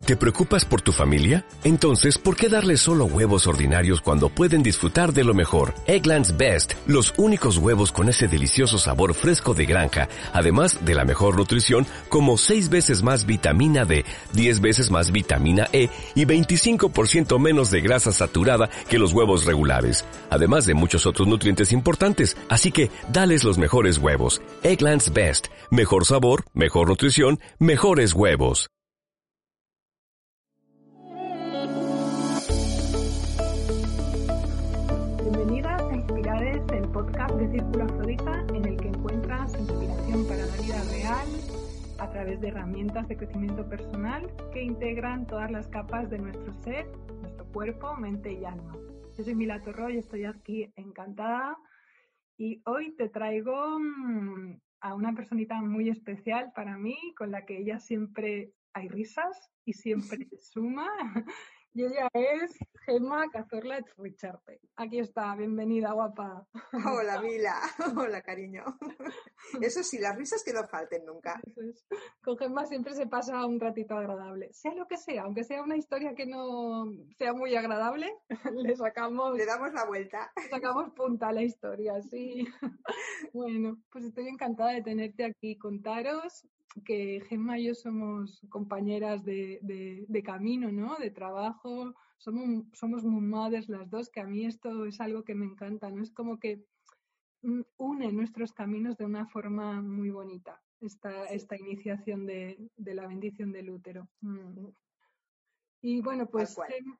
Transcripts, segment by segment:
¿Te preocupas por tu familia? Entonces, ¿por qué darles solo huevos ordinarios cuando pueden disfrutar de lo mejor? Eggland's Best, los únicos huevos con ese delicioso sabor fresco de granja, además de la mejor nutrición, como 6 veces más vitamina D, 10 veces más vitamina E y 25% menos de grasa saturada que los huevos regulares, además de muchos otros nutrientes importantes. Así que, dales los mejores huevos. Eggland's Best, mejor sabor, mejor nutrición, mejores huevos. De Círculo Afrodita, en el que encuentras inspiración para la vida real a través de herramientas de crecimiento personal que integran todas las capas de nuestro ser, nuestro cuerpo, mente y alma. Yo soy Mila Torro y estoy aquí encantada y hoy te traigo a una personita muy especial para mí, con la que ella siempre hay risas y siempre suma. Y ella es Gemma Cazorla Richarte. Aquí está, bienvenida, guapa. Hola, Mila. Hola, cariño. Eso sí, las risas que no falten nunca. Con Gemma siempre se pasa un ratito agradable. Sea lo que sea, aunque sea una historia que no sea muy agradable, le damos la vuelta. Le sacamos punta a la historia, sí. Bueno, pues estoy encantada de tenerte aquí. Contaros que Gemma y yo somos compañeras de camino, ¿no? De trabajo. Somos mothers las dos, que a mí esto es algo que me encanta, ¿no? Es como que une nuestros caminos de una forma muy bonita, esta iniciación de la bendición del útero. Y bueno, pues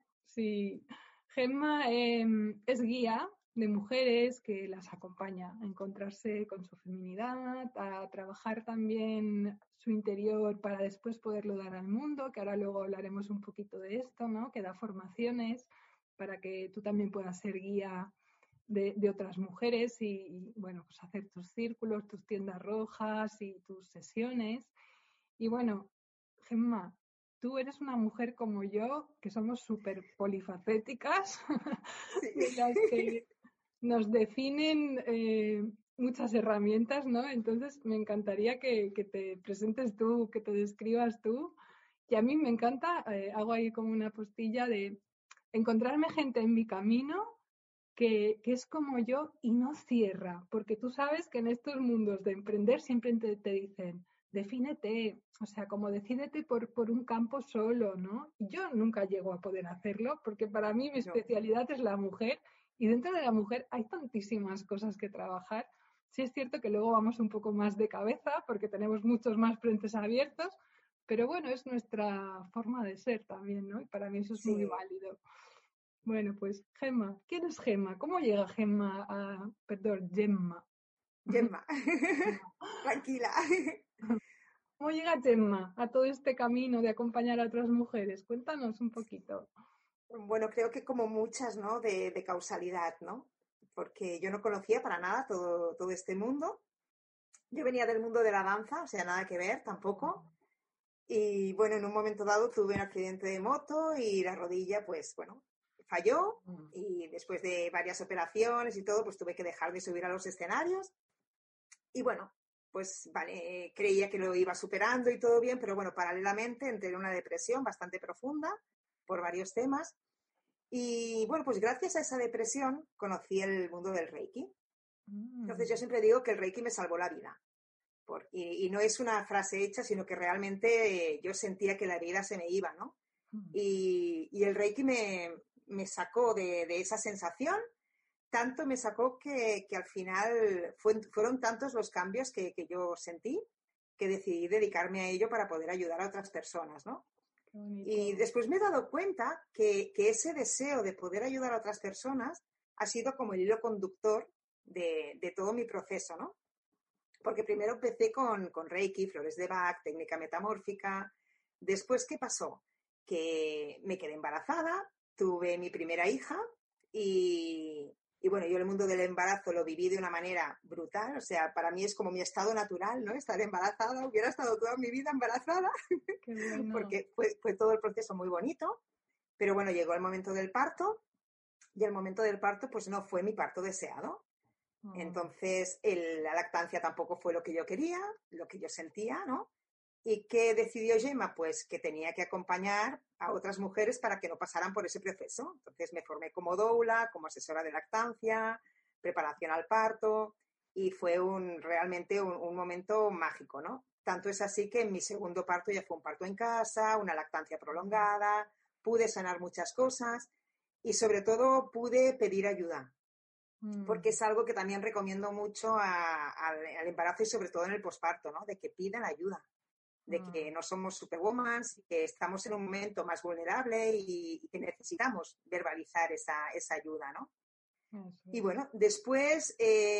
Gemma es guía de mujeres que las acompaña a encontrarse con su feminidad, a trabajar también su interior para después poderlo dar al mundo, que ahora luego hablaremos un poquito de esto, ¿no? Que da formaciones para que tú también puedas ser guía de otras mujeres y, bueno, pues hacer tus círculos, tus tiendas rojas y tus sesiones. Y bueno, Gemma, tú eres una mujer como yo, que somos súper polifacéticas, Sí. de las que nos definen muchas herramientas, ¿no? Entonces me encantaría que te presentes tú, que te describas tú. Y a mí me encanta, hago ahí como una postilla de encontrarme gente en mi camino que es como yo y no cierra, porque tú sabes que en estos mundos de emprender siempre te dicen, defínete, o sea, como decídete por un campo solo, ¿no? Y yo nunca llego a poder hacerlo, porque para mí mi especialidad es la mujer, y dentro de la mujer hay tantísimas cosas que trabajar. Sí es cierto que luego vamos un poco más de cabeza, porque tenemos muchos más frentes abiertos, pero bueno, es nuestra forma de ser también, ¿no? Y para mí eso es muy válido. Bueno, pues Gemma, ¿quién es Gemma? ¿Cómo llega Gemma a... Perdón, Gemma. Gemma. Tranquila. ¿Cómo llega Gemma a todo este camino de acompañar a otras mujeres? Cuéntanos un poquito. Bueno, creo que como muchas, ¿no? De causalidad, ¿no? Porque yo no conocía para nada todo este mundo. Yo venía del mundo de la danza, o sea, nada que ver tampoco. Y bueno, en un momento dado tuve un accidente de moto y la rodilla, pues bueno, falló. Y después de varias operaciones y todo, pues tuve que dejar de subir a los escenarios. Y bueno, pues vale, creía que lo iba superando y todo bien, pero bueno, paralelamente entré en una depresión bastante profunda por varios temas. Y bueno, pues gracias a esa depresión conocí el mundo del Reiki. Entonces yo siempre digo que el Reiki me salvó la vida. Y no es una frase hecha, sino que realmente yo sentía que la vida se me iba, ¿no? Y el Reiki me sacó de esa sensación, tanto me sacó que al final fueron tantos los cambios que yo sentí que decidí dedicarme a ello para poder ayudar a otras personas, ¿no? Y después me he dado cuenta que ese deseo de poder ayudar a otras personas ha sido como el hilo conductor de todo mi proceso, ¿no? Porque primero empecé con Reiki, flores de Bach, técnica metamórfica. Después, ¿qué pasó? Que me quedé embarazada, tuve mi primera hija y bueno, yo el mundo del embarazo lo viví de una manera brutal. O sea, para mí es como mi estado natural, ¿no? Estar embarazada. Hubiera estado toda mi vida embarazada. Qué bueno. Porque fue todo el proceso muy bonito. Pero bueno, llegó el momento del parto y el momento del parto pues no fue mi parto deseado. Entonces, la lactancia tampoco fue lo que yo quería, lo que yo sentía, ¿no? ¿Y qué decidió Gemma? Pues que tenía que acompañar a otras mujeres para que no pasaran por ese proceso. Entonces me formé como doula, como asesora de lactancia, preparación al parto, y fue realmente un momento mágico, ¿no? Tanto es así que en mi segundo parto ya fue un parto en casa, una lactancia prolongada, pude sanar muchas cosas y sobre todo pude pedir ayuda, porque es algo que también recomiendo mucho al embarazo y sobre todo en el posparto, ¿no? De que pidan ayuda, de que no somos superwoman, que estamos en un momento más vulnerable y que necesitamos verbalizar esa ayuda, ¿no? Y bueno, después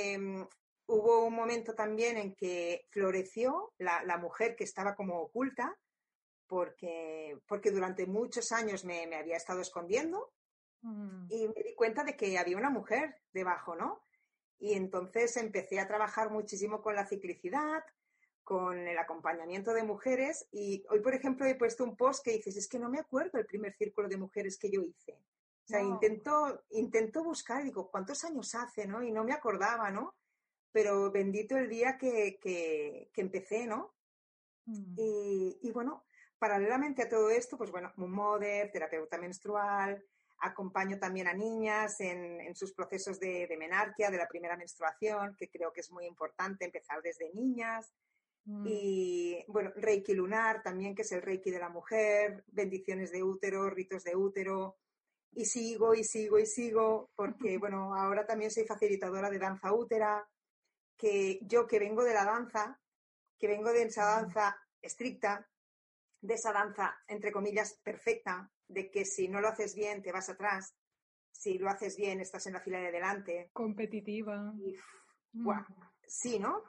hubo un momento también en que floreció la mujer que estaba como oculta, porque durante muchos años me había estado escondiendo y me di cuenta de que había una mujer debajo, ¿no? Y entonces empecé a trabajar muchísimo con la ciclicidad, con el acompañamiento de mujeres y hoy, por ejemplo, he puesto un post que dices, es que no me acuerdo el primer círculo de mujeres que yo hice. O sea, Wow. intento buscar, digo, ¿cuántos años hace, no? Y no me acordaba, ¿no? Pero bendito el día que empecé, ¿no? Y bueno, paralelamente a todo esto, pues bueno, Moon Mother, terapeuta menstrual, acompaño también a niñas en sus procesos de menarquia, de la primera menstruación, que creo que es muy importante empezar desde niñas. Y bueno, Reiki lunar también, que es el Reiki de la mujer, bendiciones de útero, ritos de útero. Y sigo y sigo y sigo, porque bueno, ahora también soy facilitadora de danza útera, que yo que vengo de la danza, que vengo de esa danza estricta, de esa danza, entre comillas, perfecta, de que si no lo haces bien te vas atrás, si lo haces bien estás en la fila de delante. Competitiva. Y, ¡buah! Sí, ¿no?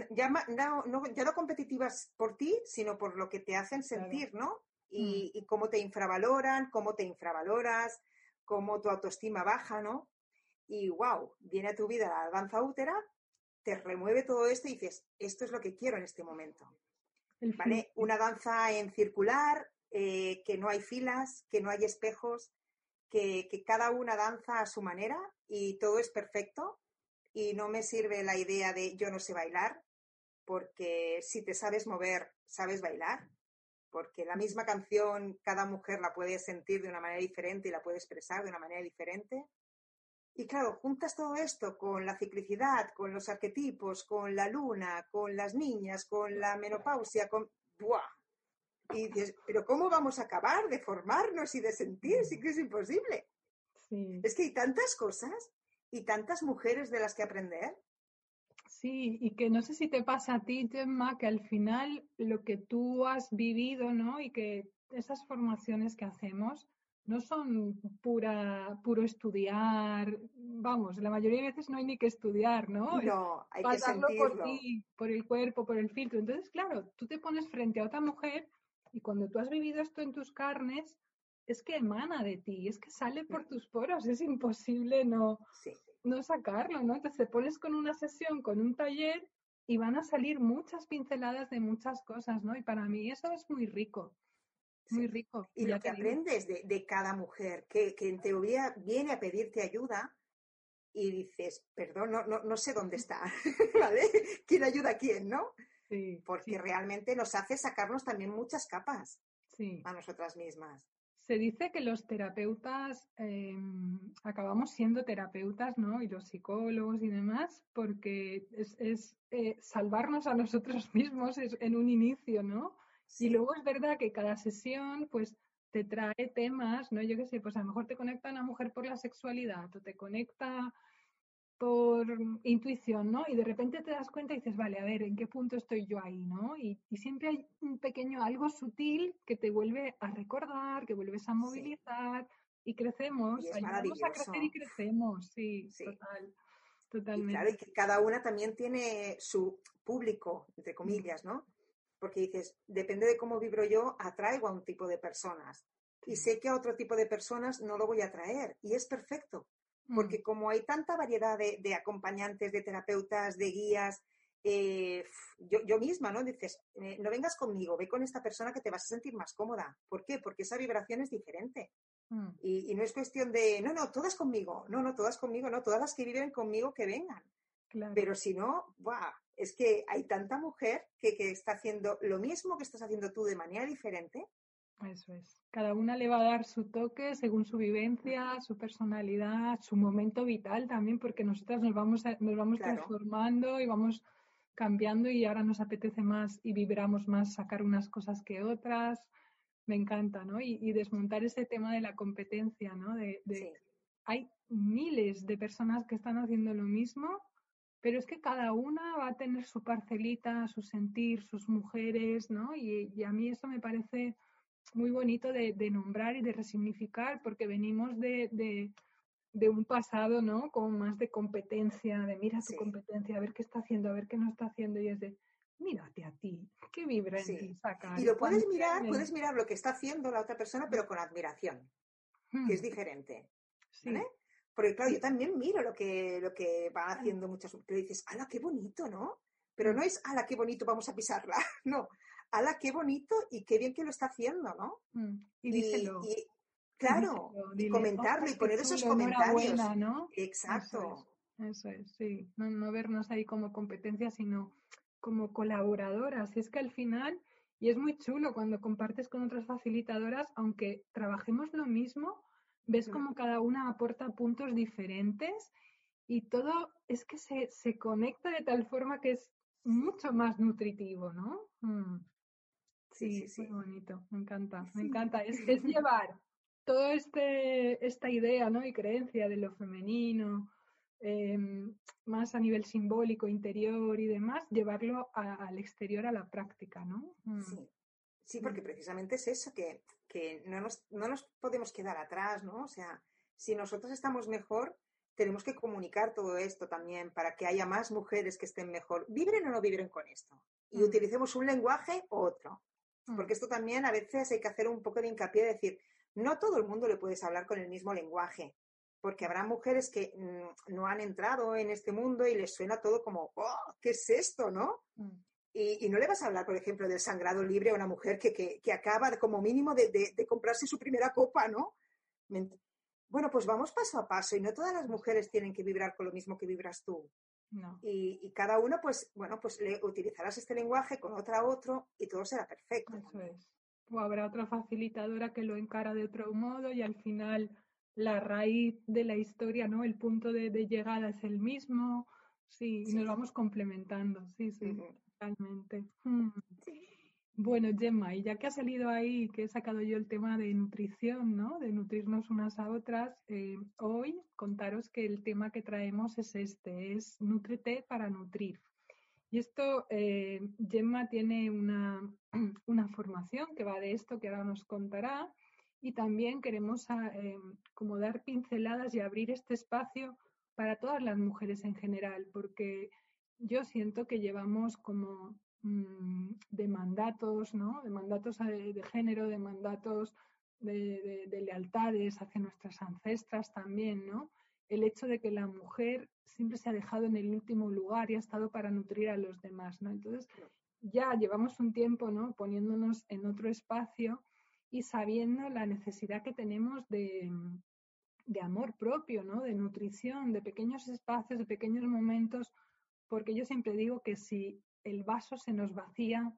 Ya no competitivas por ti, sino por lo que te hacen Claro. sentir, ¿no? Y cómo te infravaloran, cómo te infravaloras, cómo tu autoestima baja, ¿no? Y wow, viene a tu vida la danza útera, te remueve todo esto y dices, esto es lo que quiero en este momento, El fin. ¿vale? Una danza en circular, que no hay filas, que no hay espejos, que cada una danza a su manera y todo es perfecto y no me sirve la idea de yo no sé bailar, porque si te sabes mover, sabes bailar, porque la misma canción cada mujer la puede sentir de una manera diferente y la puede expresar de una manera diferente. Y claro, juntas todo esto con la ciclicidad, con los arquetipos, con la luna, con las niñas, con la menopausia, con... ¡Buah! Y dices, pero ¿cómo vamos a acabar de formarnos y de sentir? Sí que es imposible. Sí. Es que hay tantas cosas y tantas mujeres de las que aprender. Sí, y que no sé si te pasa a ti, Gemma, que al final lo que tú has vivido, ¿no? Y que esas formaciones que hacemos no son puro estudiar, vamos, la mayoría de veces no hay ni que estudiar, ¿no? Es No, hay que pasarlo por sentirlo. ti, por el cuerpo, por el filtro. Entonces, claro, tú te pones frente a otra mujer y cuando tú has vivido esto en tus carnes, es que emana de ti, es que sale por tus poros, es imposible Sí, no sacarlo, ¿no? Entonces te pones con una sesión, con un taller y van a salir muchas pinceladas de muchas cosas, ¿no? Y para mí eso es muy rico, muy sí. rico. Y Y ya lo que te digo, aprendes de cada mujer, que en teoría viene a pedirte ayuda y dices, perdón, no sé dónde está, ¿vale? ¿Quién ayuda a quién, no? sí, Porque sí, realmente nos hace sacarnos también muchas capas sí. a nosotras mismas. Se dice que los terapeutas acabamos siendo terapeutas, ¿no? Y los psicólogos y demás, porque es salvarnos a nosotros mismos en un inicio, ¿no? Y Sí, luego es verdad que cada sesión, pues, te trae temas, ¿no? Yo qué sé, pues a lo mejor te conecta una mujer por la sexualidad o te conecta por intuición, ¿no? Y de repente te das cuenta y dices, vale, a ver, ¿en qué punto estoy yo ahí, ¿no? Y siempre hay un pequeño algo sutil que te vuelve a recordar, que vuelves a sí. movilizar y Y crecemos, es ayudamos a crecer y maravilloso. crecemos, sí, Sí. total, Y claro, y totalmente. que cada una también tiene su público, entre Mm, comillas, ¿no? Porque dices, depende de cómo vibro yo, atraigo a un tipo de personas. Y sí. sé que a otro tipo de personas no lo voy a atraer. Y es perfecto. Mm, Porque como hay tanta variedad de acompañantes, de terapeutas, de guías, yo misma, ¿no? Dices, no vengas conmigo, ve con esta persona que te vas a sentir más cómoda. ¿Por qué? Porque esa vibración es diferente. mm, Y no es cuestión de, todas conmigo, no, todas conmigo, no, todas las que viven conmigo que vengan. claro. Pero si no, ¡buah! es que hay tanta mujer que está haciendo lo mismo que estás haciendo tú de manera diferente. Eso es. Cada una le va a dar su toque según su vivencia, su personalidad, su momento vital también, porque nosotras nos vamos Claro. transformando y vamos cambiando y ahora nos apetece más y vibramos más sacar unas cosas que otras. Me encanta, ¿no? Y desmontar ese tema de la competencia, ¿no? Sí. Hay miles de personas que están haciendo lo mismo, pero es que cada una va a tener su parcelita, su sentir, sus mujeres, ¿no? Y a mí eso me parece muy bonito de nombrar y de resignificar, porque venimos de un pasado, ¿no? Como más de competencia, de mira tu Sí. competencia, a ver qué está haciendo, a ver qué no está haciendo, y es de mírate a ti, qué vibra en ti, Sí. sacar. Y lo puedes mirar lo que está haciendo la otra persona, pero con admiración, que es diferente. ¿Vale? Sí. Porque claro, yo también miro lo que van haciendo muchas, que dices, ¡hala, qué bonito!, ¿no? Pero no es, ¡hala, qué bonito, vamos a pisarla! No, ¡hala, qué bonito y qué bien que lo está haciendo!, ¿no? Y díselo. Claro, y Dile, comentarlo y qué poner esos chulo, comentarios. enhorabuena, ¿no? Exacto. Eso es, sí. No vernos ahí como competencia, sino como colaboradoras. Y es que al final, y es muy chulo cuando compartes con otras facilitadoras, aunque trabajemos lo mismo, ves como cada una aporta puntos diferentes y todo es que se conecta de tal forma que es mucho más nutritivo, ¿no? Sí, Sí, muy sí. bonito, me encanta, me encanta. Es llevar toda esta idea, ¿no? Y creencia de lo femenino, más a nivel simbólico, interior y demás, llevarlo al exterior, a la práctica, ¿no? Sí. Sí, porque precisamente es eso, que no nos podemos quedar atrás, ¿no? O sea, si nosotros estamos mejor, tenemos que comunicar todo esto también para que haya más mujeres que estén mejor, vibren o no vibren con esto. Y utilicemos un lenguaje u otro. Porque esto también a veces hay que hacer un poco de hincapié de decir, no todo el mundo le puedes hablar con el mismo lenguaje, porque habrá mujeres que no han entrado en este mundo y les suena todo como, oh, ¿qué es esto, no? Y no le vas a hablar, por ejemplo, del sangrado libre a una mujer que acaba como mínimo de comprarse su primera copa, ¿no? Bueno, pues vamos paso a paso y no todas las mujeres tienen que vibrar con lo mismo que vibras tú. No. Y cada una, pues, bueno, pues le utilizarás este lenguaje con otra otro y todo será perfecto. Eso también. es. O habrá otra facilitadora que lo encara de otro modo y al final la raíz de la historia, ¿no? El punto de llegada es el mismo. Sí, y nos vamos complementando. Sí, totalmente. Sí. Bueno, Gemma, y ya que ha salido ahí, que he sacado yo el tema de nutrición, ¿no? De nutrirnos unas a otras, hoy contaros que el tema que traemos es es Nútrete para nutrir. Y esto, Gemma tiene una formación que va de esto, que ahora nos contará, y también queremos como dar pinceladas y abrir este espacio para todas las mujeres en general, porque yo siento que llevamos como de mandatos, ¿no? De mandatos de género, de mandatos de lealtades hacia nuestras ancestras también, ¿no? El hecho de que la mujer siempre se ha dejado en el último lugar y ha estado para nutrir a los demás, ¿no? Entonces, ya llevamos un tiempo, ¿no? Poniéndonos en otro espacio y sabiendo la necesidad que tenemos de amor propio, ¿no? De nutrición, de pequeños espacios, de pequeños momentos, porque yo siempre digo que si el vaso se nos vacía,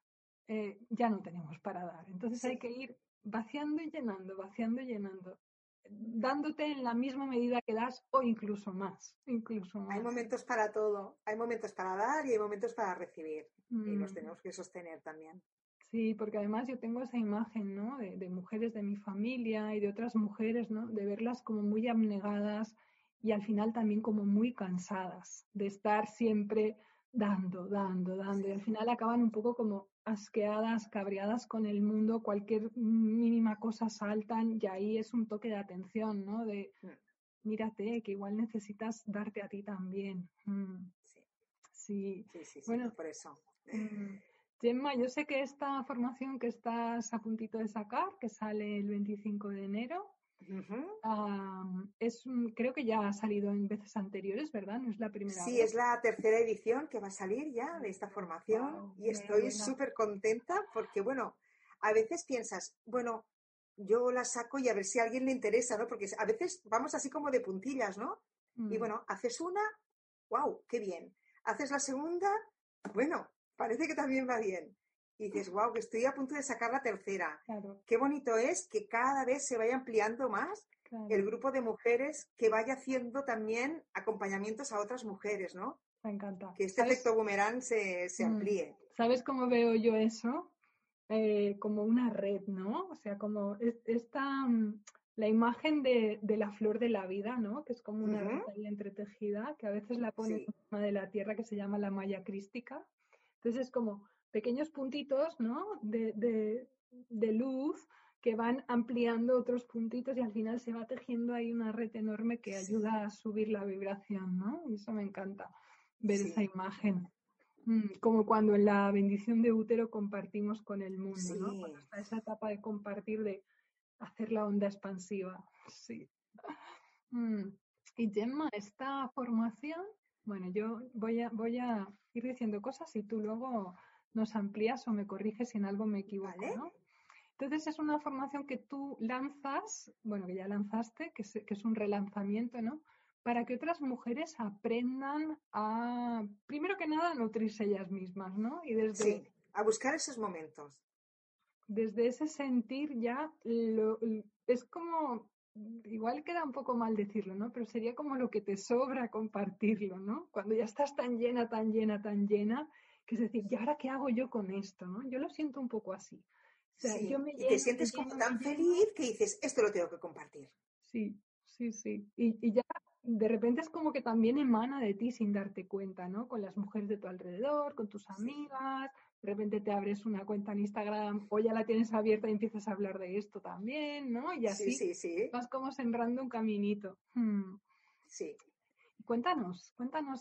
ya no tenemos para dar. Entonces hay que ir vaciando y llenando, dándote en la misma medida que das o incluso más, Hay momentos para todo, hay momentos para dar y hay momentos para recibir y los tenemos que sostener también. Sí, porque además yo tengo esa imagen, ¿no? De mujeres de mi familia y de otras mujeres, ¿no? De verlas como muy abnegadas y al final también como muy cansadas de estar siempre dando. Y al final acaban un poco como asqueadas, cabreadas con el mundo, cualquier mínima cosa saltan y ahí es un toque de atención, ¿no? De mírate, que igual necesitas darte a ti también. Sí. Bueno, Por eso. Gemma, yo sé que esta formación que estás a puntito de sacar, que sale el 25 de enero, creo que ya ha salido en veces anteriores, ¿verdad? No es la primera Sí, vez. es la tercera edición que va a salir ya de esta formación y estoy súper contenta porque, bueno, a veces piensas, bueno, yo la saco y a ver si a alguien le interesa, ¿no? Porque a veces vamos así como de puntillas, ¿no? Y bueno, haces una, wow, qué bien. Haces la segunda, bueno, parece que también va bien. Y dices, wow, que estoy a punto de sacar la tercera. Claro, Qué bonito es que cada vez se vaya ampliando más el claro, grupo de mujeres que vaya haciendo también acompañamientos a otras mujeres, ¿no? me encanta. Que este ¿Sabes? efecto boomerang se amplíe. ¿Sabes cómo veo yo eso? Como una red, ¿no? O sea, como la imagen de la flor de la vida, ¿no? Que es como una red Ujú, ahí entretejida, que a veces la ponen sí, encima de la tierra, que se llama la malla crística. Entonces es como pequeños puntitos, ¿no? De luz que van ampliando otros puntitos y al final se va tejiendo ahí una red enorme que ayuda a subir la vibración, ¿no? Y eso me encanta, ver esa sí, imagen. Como cuando en la bendición de útero compartimos con el mundo, ¿no? Cuando sí. está esa etapa de compartir, de hacer la onda expansiva. Sí. Mm. Y Gemma, esta formación, bueno, yo voy a ir diciendo cosas y tú luego nos amplías o me corriges si en algo me equivoco, ¿Vale? ¿no? Entonces es una formación que tú lanzas, bueno, que ya lanzaste, que es un relanzamiento, ¿no? Para que otras mujeres aprendan a, primero que nada, a nutrirse ellas mismas, ¿no? Y Sí, a buscar esos momentos. desde ese sentir ya es como, igual queda un poco mal decirlo, ¿no? Pero sería como lo que te sobra compartirlo, ¿no? Cuando ya estás tan llena, tan llena, tan llena, que es decir, ¿y ahora qué hago yo con esto, no? Yo lo siento un poco así. O sea, yo Sí, me y te lleno, me sientes como lleno, me tan lleno. feliz que dices, esto lo tengo que compartir. Sí, sí, sí. Y ya de repente es como que también emana de ti sin darte cuenta, ¿no? Con las mujeres de tu alrededor, con tus Sí, amigas, de repente te abres una cuenta en Instagram o ya la tienes abierta y empiezas a hablar de esto también, ¿no? Y sí, así sí, sí, vas como sembrando un caminito. sí. Cuéntanos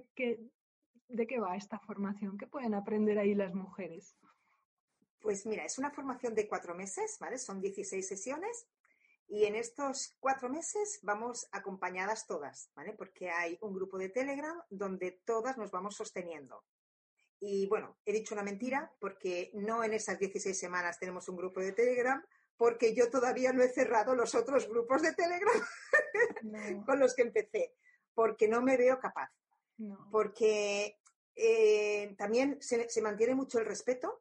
de qué va esta formación, qué pueden aprender ahí las mujeres. Pues mira, es una formación de 4 meses, ¿vale? Son 16 sesiones y en estos 4 meses vamos acompañadas todas, ¿vale? Porque hay un grupo de Telegram donde todas nos vamos sosteniendo. Y bueno, he dicho una mentira porque no en esas 16 semanas tenemos un grupo de Telegram, porque yo todavía no he cerrado los otros grupos de Telegram No, con los que empecé, porque no me veo capaz, no. porque también se mantiene mucho el respeto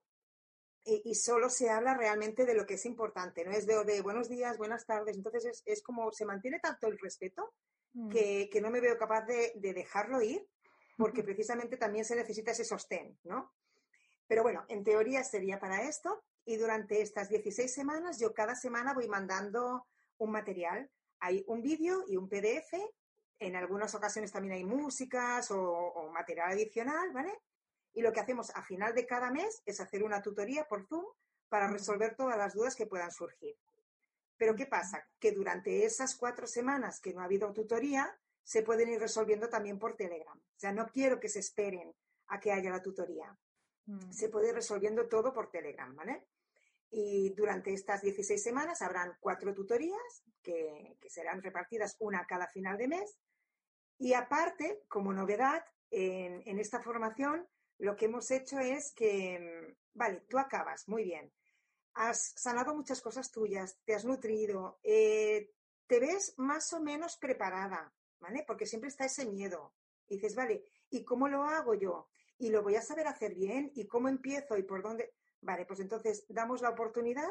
y solo se habla realmente de lo que es importante, no es de buenos días, buenas tardes, entonces es como se mantiene tanto el respeto Mm. que no me veo capaz de dejarlo ir, porque precisamente también se necesita ese sostén, ¿no? Pero bueno, en teoría sería para esto y durante estas 16 semanas yo cada semana voy mandando un material. Hay un vídeo y un PDF, en algunas ocasiones también hay músicas o material adicional, ¿vale? Y lo que hacemos a final de cada mes es hacer una tutoría por Zoom para Mm. resolver todas las dudas que puedan surgir. Pero ¿qué pasa? Que durante esas 4 semanas que no ha habido tutoría, se pueden ir resolviendo también por Telegram. O sea, no quiero que se esperen a que haya la tutoría. Mm. Se puede ir resolviendo todo por Telegram, ¿vale? Y durante estas 16 semanas habrán 4 tutorías que serán repartidas una cada final de mes. Y aparte, como novedad, en esta formación lo que hemos hecho es que, vale, tú acabas, muy bien, has sanado muchas cosas tuyas, te has nutrido, te ves más o menos preparada, ¿vale? Porque siempre está ese miedo. Y dices, vale, ¿y cómo lo hago yo? ¿Y lo voy a saber hacer bien? ¿Y cómo empiezo? ¿Y por dónde? Vale, pues entonces damos la oportunidad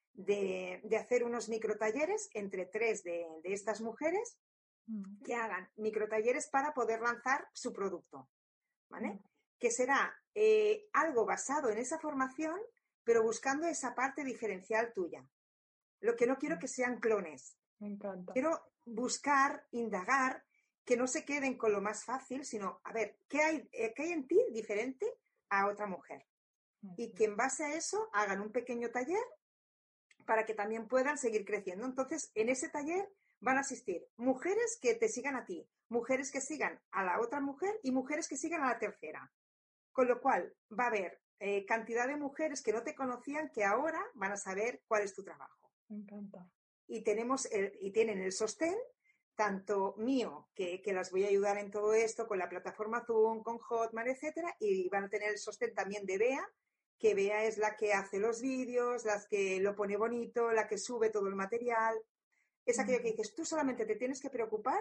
de hacer unos microtalleres entre 3 de estas mujeres Mm. que hagan microtalleres para poder lanzar su producto, Mm. ¿vale? Que será algo basado en esa formación, pero buscando esa parte diferencial tuya. Lo que no quiero que sean clones. Me encanta. Quiero buscar, indagar, que no se queden con lo más fácil, sino, a ver, qué hay en ti diferente a otra mujer? Y Eso que es. en base a eso hagan un pequeño taller para que también puedan seguir creciendo. Entonces, en ese taller van a asistir mujeres que te sigan a ti, mujeres que sigan a la otra mujer y mujeres que sigan a la tercera. Con lo cual, va a haber cantidad de mujeres que no te conocían que ahora van a saber cuál es tu trabajo. Me encanta. Y tienen el sostén, tanto mío, que las voy a ayudar en todo esto, con la plataforma Zoom, con Hotmart, etcétera, y van a tener el sostén también de Bea, que Bea es la que hace los vídeos, la que lo pone bonito, la que sube todo el material. Es aquello que Mm. dices, tú solamente te tienes que preocupar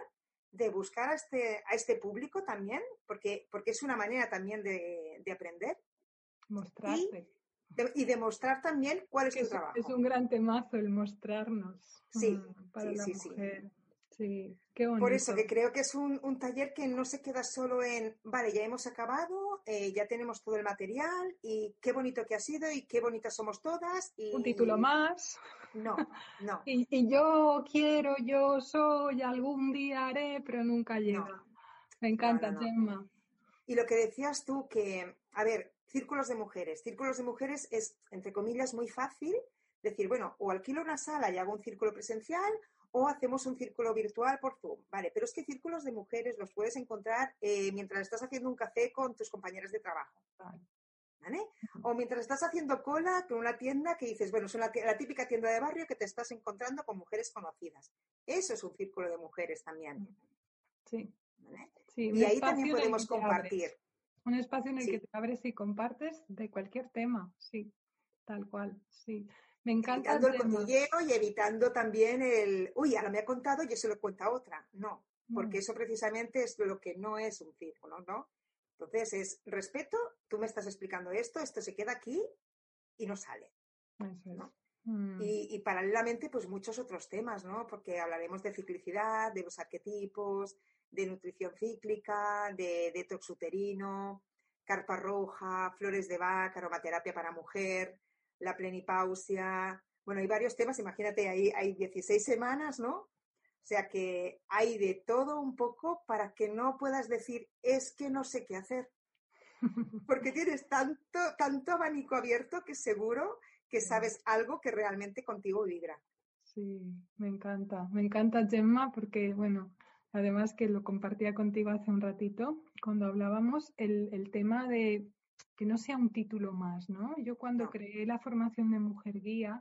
de buscar a este público también, porque es una manera también de aprender Mostrarte. y demostrar también cuál es tu Es trabajo. un gran temazo el mostrarnos Sí, para la sí. mujer. Sí, qué Por eso bonito. que creo que es un taller que no se queda solo en, vale, ya hemos acabado, ya tenemos todo el material y qué bonito que ha sido y qué bonitas somos todas Un título y más. no, no, Y yo quiero, yo soy, algún día haré, pero nunca no, llega. Me no, no, encanta, no. Gemma. Y lo que decías tú que, a ver, círculos de mujeres es, entre comillas, muy fácil decir, bueno, o alquilo una sala y hago un círculo presencial o hacemos un círculo virtual por Zoom, vale, pero es que círculos de mujeres los puedes encontrar mientras estás haciendo un café con tus compañeras de trabajo, Vale. ¿vale? O mientras estás haciendo cola con una tienda que dices, bueno, es la típica tienda de barrio que te estás encontrando con mujeres conocidas. Eso es un círculo de mujeres también, Sí, ¿vale? sí, un Y ahí también espacio en el podemos que te abres. compartir. Un espacio en el que Sí, te abres y compartes de cualquier tema. Sí, tal cual. Sí. Me encanta, evitando el Gemma. cotilleo y evitando también uy, ahora me ha contado y yo se lo cuento a otra. No, porque No, eso precisamente es lo que no es un círculo, ¿no? Entonces es respeto, tú me estás explicando esto se queda aquí y no sale, eso es. ¿no? Y paralelamente, pues muchos otros temas, ¿no? Porque hablaremos de ciclicidad, de los arquetipos, de nutrición cíclica, de detox uterino, carpa roja, flores de Bach, aromaterapia para mujer, la plenipausia. Bueno, hay varios temas, imagínate, hay 16 semanas, ¿no? O sea que hay de todo un poco para que no puedas decir, es que no sé qué hacer, porque tienes tanto abanico abierto que seguro que sabes algo que realmente contigo vibra. Sí, me encanta Gemma porque, bueno, además que lo compartía contigo hace un ratito, cuando hablábamos, el tema de que no sea un título más, ¿no? Yo cuando No, creé la formación de Mujer Guía,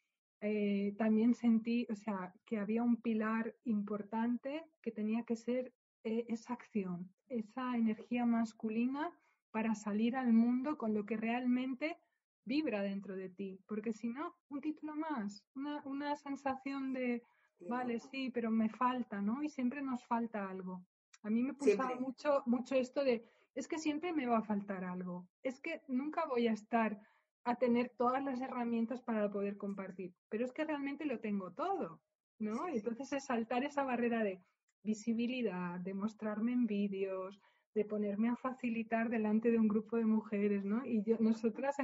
también sentí, o sea, que había un pilar importante que tenía que ser esa acción, esa energía masculina para salir al mundo con lo que realmente vibra dentro de ti, porque si no, un título más, una sensación de, no. vale, sí, pero me falta, ¿no? Y siempre nos falta algo. A mí me pulsaba Siempre. mucho esto de, es que siempre me va a faltar algo, es que nunca voy a estar a tener todas las herramientas para poder compartir, pero es que realmente lo tengo todo, ¿no? Sí, Y sí. entonces es saltar esa barrera de visibilidad, de mostrarme en vídeos, de ponerme a facilitar delante de un grupo de mujeres, ¿no? Y nosotras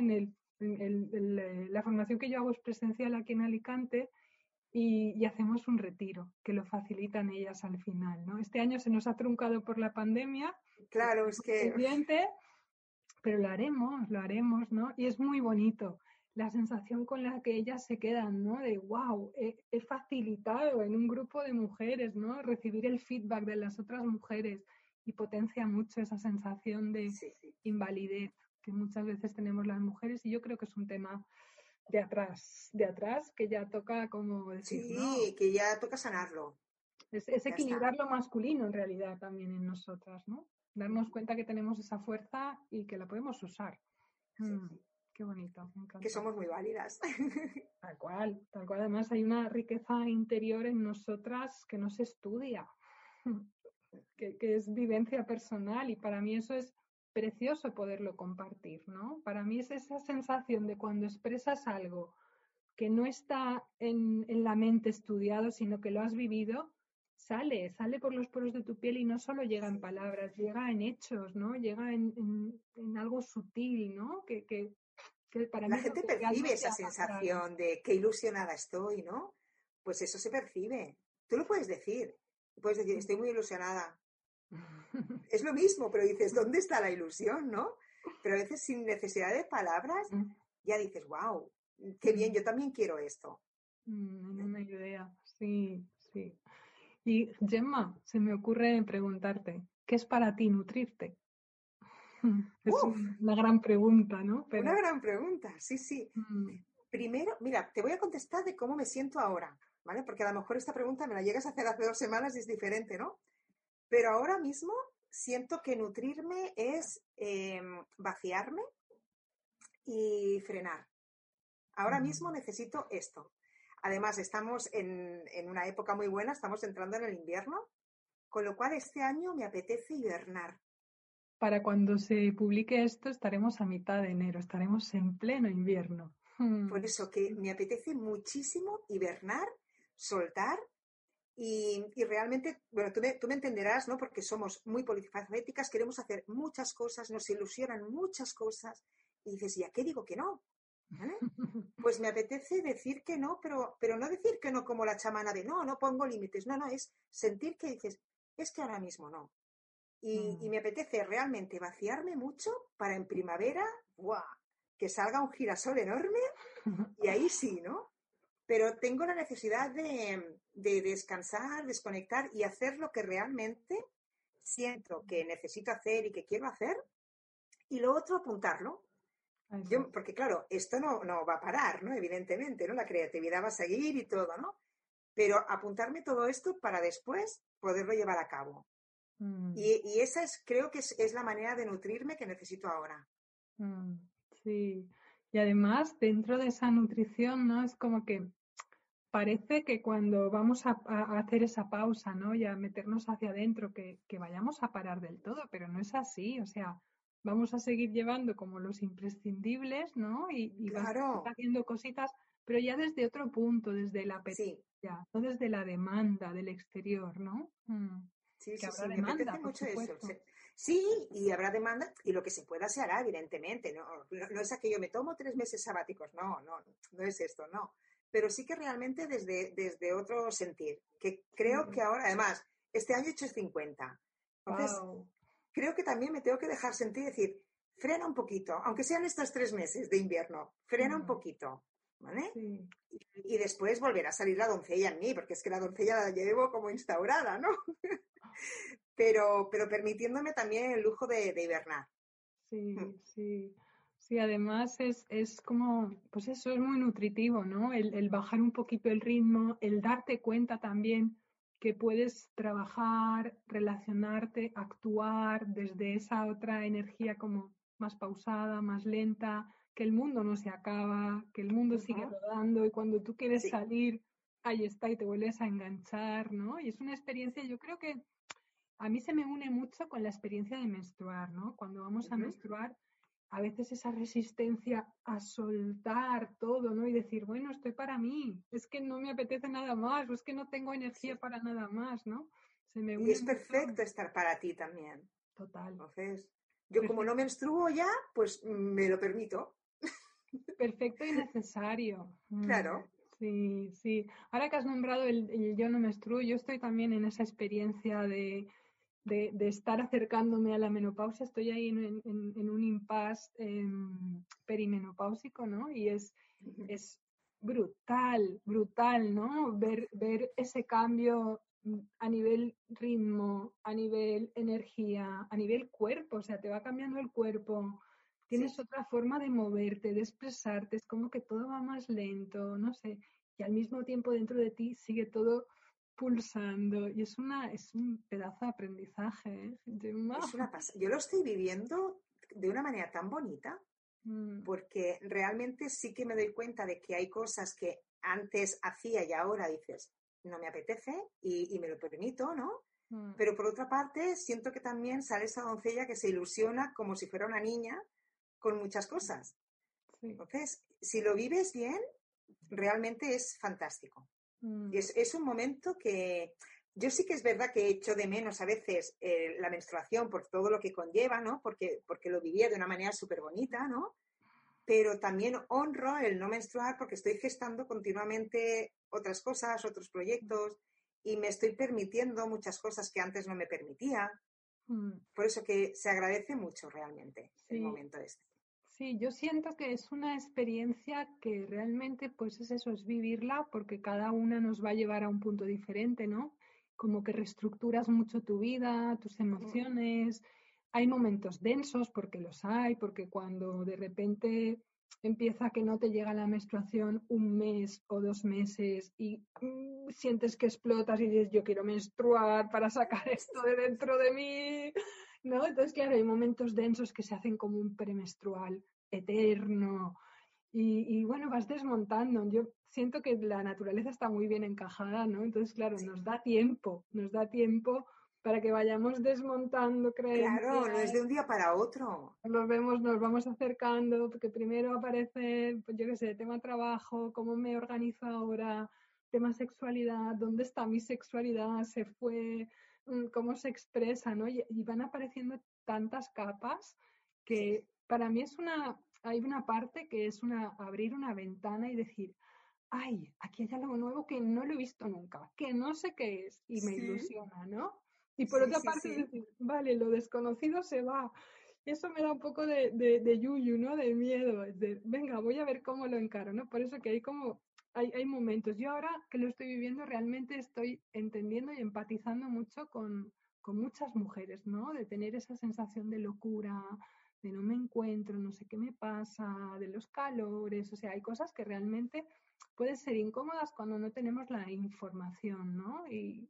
la formación que yo hago es presencial aquí en Alicante y hacemos un retiro, que lo facilitan ellas al final, ¿no? Este año se nos ha truncado por la pandemia, Claro, es que pendiente, pero lo haremos, ¿no? Y es muy bonito la sensación con la que ellas se quedan, ¿no? De, wow, he facilitado en un grupo de mujeres, ¿no? Recibir el feedback de las otras mujeres y potencia mucho esa sensación de sí, invalidez que muchas veces tenemos las mujeres y yo creo que es un tema de atrás, que ya toca como decir, no, sí, que ya toca sanarlo. es Ya está. equilibrar lo masculino en realidad también en nosotras, ¿no? Darnos cuenta que tenemos esa fuerza y que la podemos usar. Sí, Mm, qué bonito, me que encanta. somos muy válidas. Tal cual, tal cual. Además hay una riqueza interior en nosotras que no se estudia, que es vivencia personal y para mí eso es precioso poderlo compartir, ¿no? Para mí es esa sensación de cuando expresas algo que no está en la mente estudiado, sino que lo has vivido, sale por los poros de tu piel y no solo llega en Sí. palabras, llega en hechos, ¿no? Llega en algo sutil, ¿no? Que para La mí es lo gente que percibe realmente esa atrae. sensación de qué ilusionada estoy, ¿no? Pues eso se percibe. Tú lo puedes decir. Puedes decir, estoy muy ilusionada. Es lo mismo, pero dices, ¿dónde está la ilusión, no? Pero a veces sin necesidad de palabras, ya dices, wow, qué bien, yo también quiero esto. En una idea, sí, sí. Y Gemma, se me ocurre preguntarte, ¿qué es para ti nutrirte? Es Uf, una gran pregunta, ¿no? una Pero gran pregunta, sí, sí. mm, Primero, mira, te voy a contestar de cómo me siento ahora, ¿vale? Porque a lo mejor esta pregunta me la llegas a hacer hace 2 semanas y es diferente, ¿no? Pero ahora mismo siento que nutrirme es vaciarme y frenar. Ahora mismo necesito esto. Además, estamos en una época muy buena, estamos entrando en el invierno Con lo cual este año me apetece hibernar. Para cuando se publique esto estaremos a mitad de enero, estaremos en pleno invierno. Por eso que me apetece muchísimo hibernar, soltar y realmente, bueno, tú me entenderás, ¿no? Porque somos muy polifacéticas, queremos hacer muchas cosas, nos ilusionan muchas cosas y dices, ¿y a qué digo que no? ¿Vale? Pues me apetece decir que no, pero no decir que no como la chamana de no pongo límites, no, es sentir que dices, es que ahora mismo no. Y me apetece realmente vaciarme mucho para en primavera, ¡buah!, que salga un girasol enorme y ahí sí, ¿no? Pero tengo la necesidad de descansar, desconectar y hacer lo que realmente siento que necesito hacer y que quiero hacer y lo otro apuntarlo. Porque claro, esto no va a parar, ¿no? Evidentemente, ¿no? La creatividad va a seguir y todo, ¿no? Pero apuntarme todo esto para después poderlo llevar a cabo. Y esa creo que es la manera de nutrirme que necesito ahora. Sí. Y además, dentro de esa nutrición, ¿no? Es como que parece que cuando vamos a hacer esa pausa, ¿no? Y a meternos hacia adentro, que vayamos a parar del todo, pero no es así. O sea, vamos a seguir llevando como los imprescindibles, ¿no? Y vas Claro. haciendo cositas, pero ya desde otro punto, desde la Sí. apetencia, no desde la demanda del exterior, ¿no? Sí, Que habrá sí, me demanda, apetece por mucho eso. supuesto. Sí, y habrá demanda y lo que se pueda se hará, evidentemente. No es aquello, me tomo 3 meses sabáticos. No es esto, no. Pero sí que realmente desde otro sentir. Que creo que ahora, además, este año he hecho 50. Entonces, Wow. creo que también me tengo que dejar sentir y decir, frena un poquito, aunque sean estos 3 meses de invierno, frena un poquito, ¿vale? Sí. Y después volverá a salir la doncella en mí, porque es que la doncella la llevo como instaurada, ¿no? pero permitiéndome también el lujo de hibernar. Sí. Sí, además es como, pues eso es muy nutritivo, ¿no? El bajar un poquito el ritmo, el darte cuenta también que puedes trabajar, relacionarte, actuar desde esa otra energía como más pausada, más lenta, que el mundo no se acaba, que el mundo sigue rodando y cuando tú quieres Sí. salir, ahí está y te vuelves a enganchar, ¿no? Y es una experiencia, yo creo que a mí se me une mucho con la experiencia de menstruar, ¿no? Cuando vamos a menstruar, a veces esa resistencia a soltar todo, ¿no? Y decir, bueno, estoy para mí, es que no me apetece nada más, o es que no tengo energía Sí. para nada más, ¿no? Se me Y une es mucho. perfecto estar para ti también. Total. Entonces, yo como no Perfecto. menstruo ya, pues me lo permito. Perfecto y necesario. Claro. Sí. Ahora que has nombrado el yo no menstruo, yo estoy también en esa experiencia de estar acercándome a la menopausia, estoy ahí en un impasse perimenopáusico, ¿no? Y es brutal, ¿no? Ver ese cambio a nivel ritmo, a nivel energía, a nivel cuerpo, o sea, te va cambiando el cuerpo, tienes Sí. otra forma de moverte, de expresarte, es como que todo va más lento, no sé, y al mismo tiempo dentro de ti sigue todo pulsando y es un pedazo de aprendizaje, ¿eh? Es una pasada. Yo lo estoy viviendo de una manera tan bonita porque realmente sí que me doy cuenta de que hay cosas que antes hacía y ahora dices, no me apetece y me lo permito, ¿no? Pero por otra parte, siento que también sale esa doncella que se ilusiona como si fuera una niña con muchas cosas. Sí. Entonces, si lo vives bien, realmente es fantástico. Y es un momento que yo sí que es verdad que echo de menos a veces la menstruación por todo lo que conlleva, ¿no? Porque lo vivía de una manera súper bonita, ¿no? Pero también honro el no menstruar porque estoy gestando continuamente otras cosas, otros proyectos y me estoy permitiendo muchas cosas que antes no me permitía. Por eso que se agradece mucho realmente el Sí, momento este. sí, yo siento que es una experiencia que realmente, pues es eso, es vivirla, porque cada una nos va a llevar a un punto diferente, ¿no? Como que reestructuras mucho tu vida, tus emociones. Hay momentos densos, porque los hay, porque cuando de repente empieza que no te llega la menstruación un mes o 2 meses y sientes que explotas y dices, yo quiero menstruar para sacar esto de dentro de mí, ¿no? Entonces, claro, hay momentos densos que se hacen como un premenstrual eterno y bueno, vas desmontando. Yo siento que la naturaleza está muy bien encajada, ¿no? Entonces, claro, nos da tiempo para que vayamos desmontando Claro, no es creencias. de un día para otro. Los vemos, nos vamos acercando, porque primero aparece, pues yo qué sé, tema trabajo, cómo me organizo ahora, tema sexualidad, dónde está mi sexualidad, se fue, cómo se expresa, ¿no? Y van apareciendo tantas capas Sí, que para mí hay una parte que es abrir una ventana y decir, ay, aquí hay algo nuevo que no lo he visto nunca, que no sé qué es, y me sí, ilusiona, ¿no? Y por sí, otra sí, parte sí. decir, vale, lo desconocido se va. Eso me da un poco de yuyu, ¿no? De miedo, de, venga, voy a ver cómo lo encaro, ¿no? Por eso que hay momentos. Yo ahora que lo estoy viviendo, realmente estoy entendiendo y empatizando mucho con muchas mujeres, ¿no? De tener esa sensación de locura, de no me encuentro, no sé qué me pasa, de los calores, o sea, hay cosas que realmente pueden ser incómodas cuando no tenemos la información, ¿no?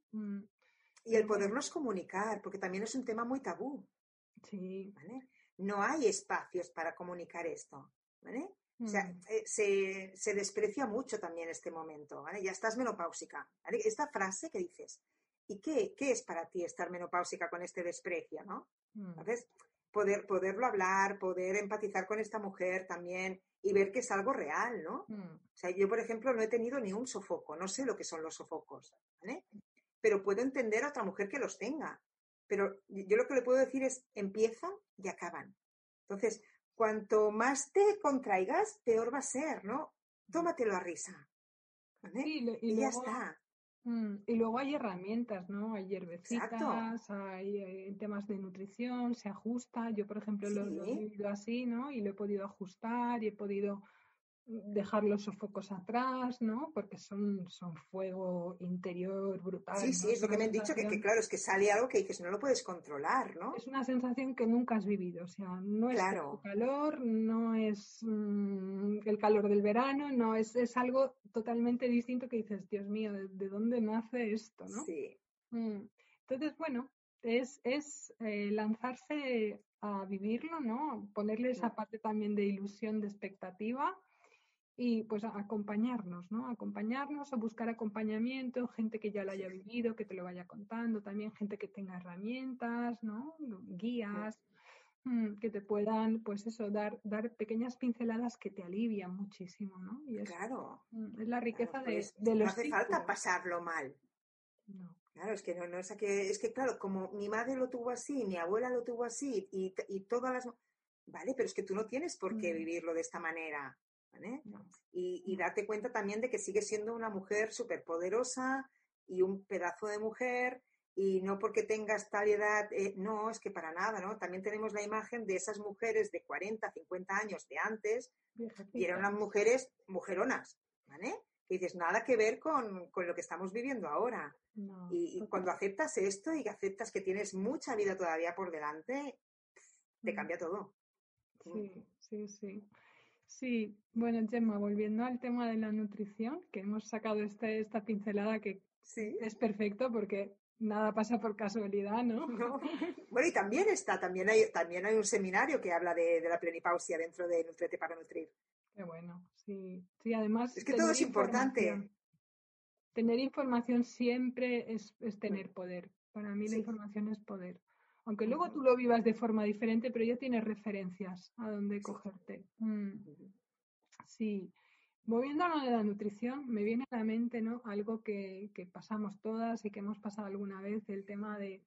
Y el Pero bueno, podernos comunicar, porque también es un tema muy tabú, sí. ¿vale? No hay espacios para comunicar esto, ¿vale? O sea, Mm, se desprecia mucho también este momento, ¿vale? Ya estás menopáusica, ¿vale? Esta frase que dices, ¿y qué es para ti estar menopáusica con este desprecio, ¿no? mm, Entonces, poderlo hablar, poder empatizar con esta mujer también y ver que es algo real, ¿no? mm, O sea, yo, por ejemplo, no he tenido ni un sofoco, no sé lo que son los sofocos, ¿vale? Pero puedo entender a otra mujer que los tenga. Pero yo lo que le puedo decir es, empiezan y acaban. Entonces, cuanto más te contraigas, peor va a ser, ¿no? mm. Tómatelo a risa, ¿vale? Sí, Y ya está. y luego hay herramientas, ¿no? Hay Exacto. hierbecitas, hay temas de nutrición, se ajusta. Yo, por ejemplo, lo he Sí, vivido así, ¿no? Y lo he podido ajustar y he podido dejar los sofocos atrás, ¿no? Porque son fuego interior sí, brutal, ¿no? sí, es lo que me han dicho, que claro, es que sale algo que dices, no lo puedes controlar, ¿no? es una sensación que nunca has vivido, o sea, no es tu Claro, calor, no es el calor del verano, no es algo totalmente distinto que dices, Dios mío, ¿de dónde nace esto, no? sí. Mm. Entonces, bueno, es lanzarse a vivirlo, ¿no? Ponerle esa parte también de ilusión, de expectativa y pues acompañarnos, ¿no? Acompañarnos o buscar acompañamiento, gente que ya lo haya vivido, que te lo vaya contando, también gente que tenga herramientas, ¿no? Guías, que te puedan, pues eso, dar pequeñas pinceladas que te alivian muchísimo, ¿no? Y Claro, es la claro, riqueza pues de no los hace falta círculos. pasarlo mal. No. Claro, es que no es que, es que claro, como mi madre lo tuvo así, mi abuela lo tuvo así y todas las... Vale, pero es que tú no tienes por qué Mm, vivirlo de esta manera, ¿vale? no, Y no. darte cuenta también de que sigues siendo una mujer súper poderosa y un pedazo de mujer y no porque tengas tal edad, no, es que para nada, ¿no? También tenemos la imagen de esas mujeres de 40, 50 años de antes y eran unas Viejecitas. mujeres mujeronas, ¿vale? Que dices, nada que ver con lo que estamos viviendo ahora. No, Y cuando aceptas esto y que aceptas que tienes mucha vida todavía por delante, te mm, cambia todo. Mm. sí, sí, sí. Sí, bueno, Gemma, volviendo al tema de la nutrición, que hemos sacado esta pincelada que Sí, es perfecto porque nada pasa por casualidad, ¿no? ¿no? Bueno, y también hay un seminario que habla de la plenipausia dentro de Nutrete para Nutrir. Qué bueno, sí. Sí, además Es que todo es importante. tener información siempre es Mm. tener poder. Para mí la Sí. información es poder. Aunque luego tú Ujú. lo vivas de forma diferente, pero ya tienes referencias a dónde Sí. cogerte. Ujú. Sí. Volviendo a lo de la nutrición, me viene a la mente, ¿no? Algo que pasamos todas y que hemos pasado alguna vez, el tema de,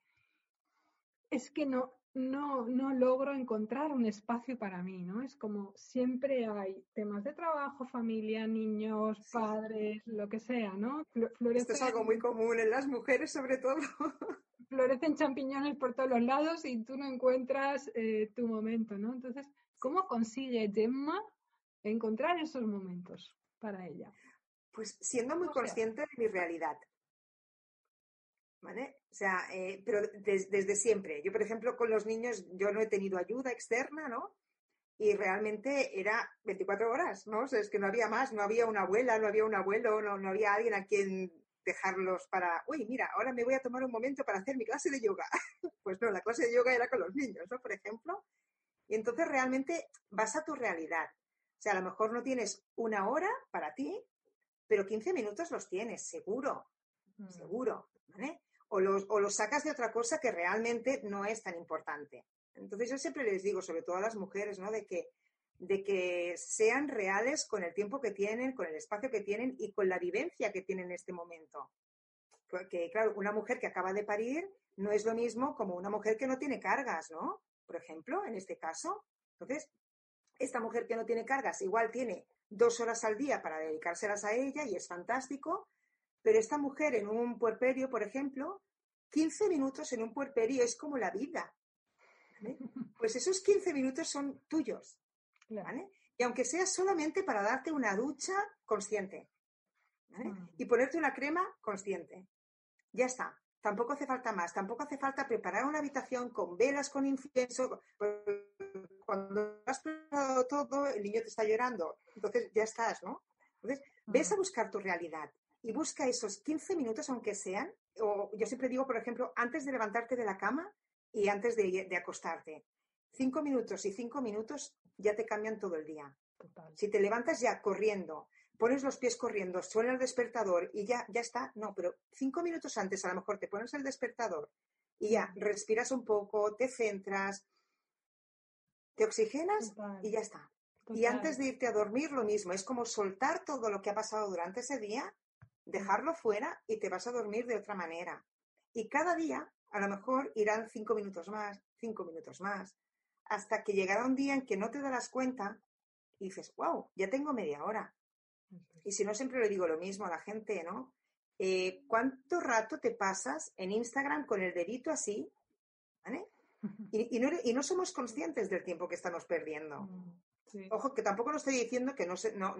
es que no logro encontrar un espacio para mí, ¿no? Es como siempre hay temas de trabajo, familia, niños, Sí. padres, lo que sea, ¿no? Esto es algo muy común en las mujeres, sobre todo. Florecen champiñones por todos los lados y tú no encuentras tu momento, ¿no? Entonces, Sí. ¿cómo consigue Gemma encontrar esos momentos para ella? Pues siendo muy ¿Cómo se hace? consciente de mi realidad, ¿vale? O sea, pero desde siempre. Yo, por ejemplo, con los niños, yo no he tenido ayuda externa, ¿no? Y realmente era 24 horas, ¿no? O sea, es que no había más, no había una abuela, no había un abuelo, no había alguien a quien dejarlos para, uy, mira, ahora me voy a tomar un momento para hacer mi clase de yoga. Pues no, la clase de yoga era con los niños, ¿no? Por ejemplo. Y entonces realmente vas a tu realidad. O sea, a lo mejor no tienes una hora para ti, pero 15 minutos los tienes, seguro, Mm, seguro, ¿vale? o los sacas de otra cosa que realmente no es tan importante. Entonces yo siempre les digo, sobre todo a las mujeres, ¿no? De que sean reales con el tiempo que tienen, con el espacio que tienen y con la vivencia que tienen en este momento. Porque, claro, una mujer que acaba de parir no es lo mismo como una mujer que no tiene cargas, ¿no? Por ejemplo, en este caso. Entonces, esta mujer que no tiene cargas igual tiene 2 horas al día para dedicárselas a ella y es fantástico, pero esta mujer en un puerperio, por ejemplo, 15 minutos en un puerperio es como la vida, ¿vale? Pues esos 15 minutos son tuyos, ¿vale? Y aunque sea solamente para darte una ducha consciente, ¿vale? Y ponerte una crema consciente. Ya está. Tampoco hace falta más. Tampoco hace falta preparar una habitación con velas, con incienso. Cuando has preparado todo, el niño te está llorando. Entonces ya estás, ¿no? Entonces, ves a buscar tu realidad y busca esos 15 minutos, aunque sean, o yo siempre digo, por ejemplo, antes de levantarte de la cama y antes de acostarte. 5 minutos y 5 minutos ya te cambian todo el día. Total. Si te levantas ya corriendo, pones los pies corriendo, suena el despertador y ya está. No, pero 5 minutos antes a lo mejor te pones el despertador y ya respiras un poco, te centras, te oxigenas. Total. Y ya está. Total. Y antes de irte a dormir lo mismo, es como soltar todo lo que ha pasado durante ese día, dejarlo fuera y te vas a dormir de otra manera. Y cada día a lo mejor irán 5 minutos más, 5 minutos más, hasta que llegará un día en que no te darás cuenta y dices, wow, ya tengo media hora. Y si no, siempre le digo lo mismo a la gente, ¿no? ¿Cuánto rato te pasas en Instagram con el dedito así? ¿Vale? Y no somos conscientes del tiempo que estamos perdiendo. Sí. Ojo, que tampoco no estoy diciendo que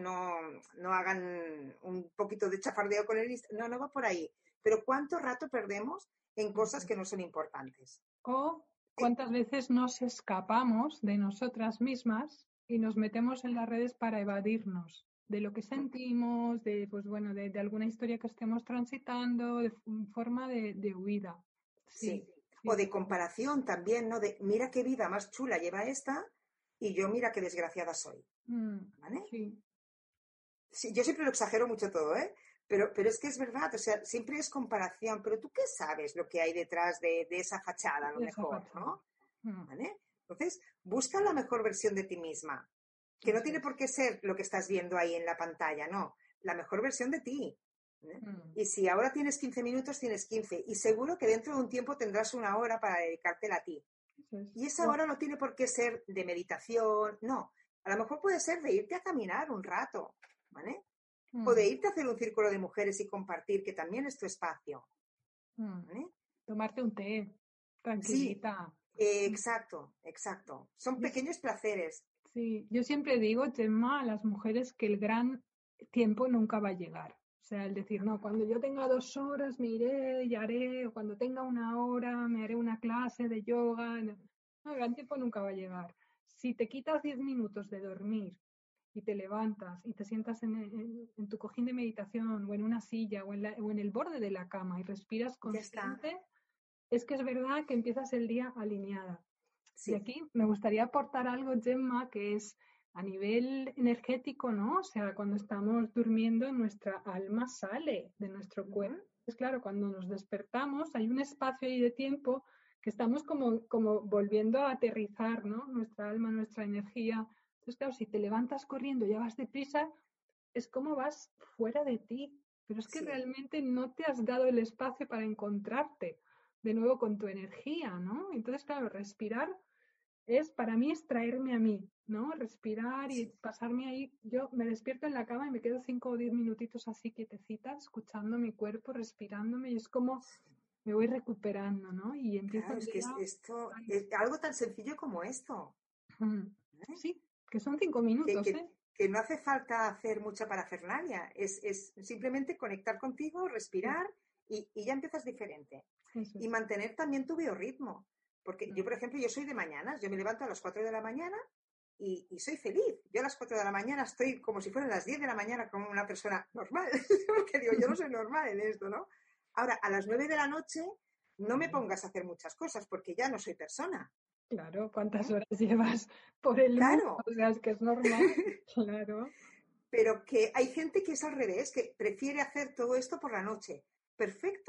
no hagan un poquito de chafardeo con el Instagram. No va por ahí. Pero ¿cuánto rato perdemos en cosas que no son importantes? O cuántas veces nos escapamos de nosotras mismas y nos metemos en las redes para evadirnos de lo que sentimos, de alguna historia que estemos transitando, de forma de huida. Sí. O de comparación también, ¿no? De mira qué vida más chula lleva esta y yo mira qué desgraciada soy. ¿Vale? Sí. Sí, yo siempre lo exagero mucho todo, ¿eh? Pero es que es verdad, o sea, siempre es comparación, pero tú qué sabes lo que hay detrás de esa fachada, a lo mejor, ¿no? ¿Vale? Entonces, busca la mejor versión de ti misma, que no tiene por qué ser lo que estás viendo ahí en la pantalla, no, la mejor versión de ti. Y si ahora tienes 15 minutos, tienes 15, y seguro que dentro de un tiempo tendrás 1 hora para dedicártela a ti. Y esa hora no tiene por qué ser de meditación, no, a lo mejor puede ser de irte a caminar un rato, ¿vale? O de irte a hacer un círculo de mujeres y compartir, que también es tu espacio. ¿Vale? Tomarte un té, tranquilita. Sí, exacto. Son pequeños placeres. Sí, yo siempre digo, Gemma, a las mujeres que el gran tiempo nunca va a llegar. O sea, el decir, no, cuando yo tenga 2 horas me iré y haré, o cuando tenga 1 hora me haré una clase de yoga. No, el gran tiempo nunca va a llegar. Si te quitas 10 minutos de dormir y te levantas y te sientas en tu cojín de meditación o en una silla o en el borde de la cama y respiras consciente, es que es verdad que empiezas el día alineada. Sí. Y aquí me gustaría aportar algo, Gemma, que es a nivel energético, ¿no? O sea, cuando estamos durmiendo, nuestra alma sale de nuestro cuerpo. Es claro, cuando nos despertamos hay un espacio ahí de tiempo que estamos como volviendo a aterrizar, ¿no? Nuestra alma, nuestra energía. Entonces, claro, si te levantas corriendo, ya vas deprisa, es como vas fuera de ti. Pero es que realmente no te has dado el espacio para encontrarte de nuevo con tu energía, ¿no? Entonces, claro, respirar para mí es traerme a mí, ¿no? Respirar y pasarme ahí. Yo me despierto en la cama y me quedo 5 o 10 minutitos así quietecita, escuchando mi cuerpo, respirándome, y es como me voy recuperando, ¿no? Y empiezo claro, es que esto es algo tan sencillo como esto. Sí, que son 5 minutos, que no hace falta hacer mucha parafernalia, es simplemente conectar contigo, respirar y ya empiezas diferente. Y mantener también tu biorritmo. Porque yo, por ejemplo, yo soy de mañanas, yo me levanto a las 4 de la mañana y soy feliz. Yo a las 4 de la mañana estoy como si fueran las 10 de la mañana como una persona normal, porque digo, yo no soy normal en esto, ¿no? Ahora, a las 9 de la noche no me pongas a hacer muchas cosas porque ya no soy persona. Claro, ¿cuántas horas llevas por el mundo? O sea, es que es normal, claro. Pero que hay gente que es al revés, que prefiere hacer todo esto por la noche. Perfecto,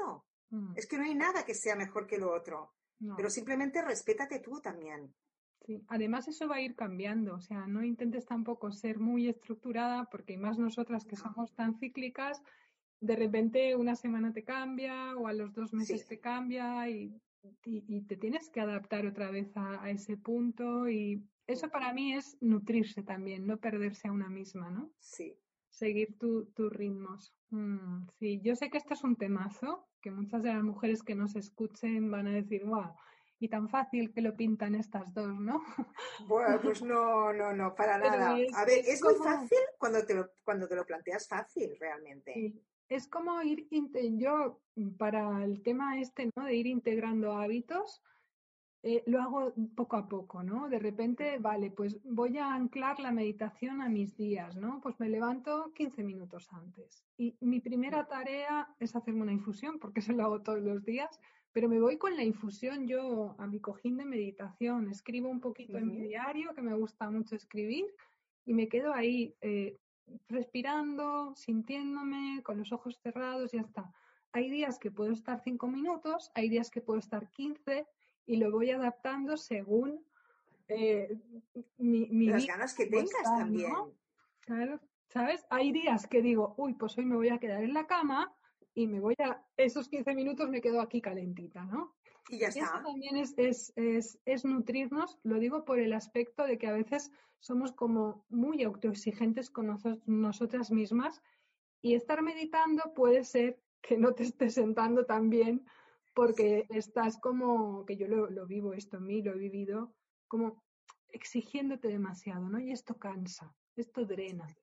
Es que no hay nada que sea mejor que lo otro, No. pero simplemente respétate tú también. Sí. Además, eso va a ir cambiando. O sea, no intentes tampoco ser muy estructurada, porque más nosotras que No. somos tan cíclicas, de repente una semana te cambia o a los 2 meses Sí. te cambia y te tienes que adaptar otra vez a ese punto. Y eso para mí es nutrirse también, no perderse a una misma, ¿no? Sí. Seguir tus ritmos. Sí, yo sé que esto es un temazo, que muchas de las mujeres que nos escuchen van a decir, wow, y tan fácil que lo pintan estas dos, ¿no? Bueno, pues no, para Pero nada. A ver, es es muy como, fácil cuando te lo planteas fácil, realmente. sí, es como yo para el tema este, ¿no? De ir integrando hábitos, lo hago poco a poco, ¿no? De repente, vale, pues voy a anclar la meditación a mis días, ¿no? Pues me levanto 15 minutos antes. Y mi primera tarea es hacerme una infusión, porque eso lo hago todos los días, pero me voy con la infusión yo a mi cojín de meditación, escribo un poquito en mi Ujú. diario, que me gusta mucho escribir, y me quedo ahí respirando, sintiéndome, con los ojos cerrados y ya está. Hay días que puedo estar 5 minutos, hay días que puedo estar 15 y lo voy adaptando según eh, mi Las vida, ganas que cómo tengas está, ¿no? también. Claro, ¿sabes? Hay días que digo, uy, pues hoy me voy a quedar en la cama y esos 15 minutos me quedo aquí calentita, ¿no? Y ya Y eso está. también es nutrirnos, lo digo por el aspecto de que a veces somos como muy autoexigentes con nosotras mismas y estar meditando puede ser que no te estés sentando tan bien porque estás como, que yo lo vivo esto en mí, lo he vivido, como exigiéndote demasiado, ¿no? Y esto cansa, esto drena.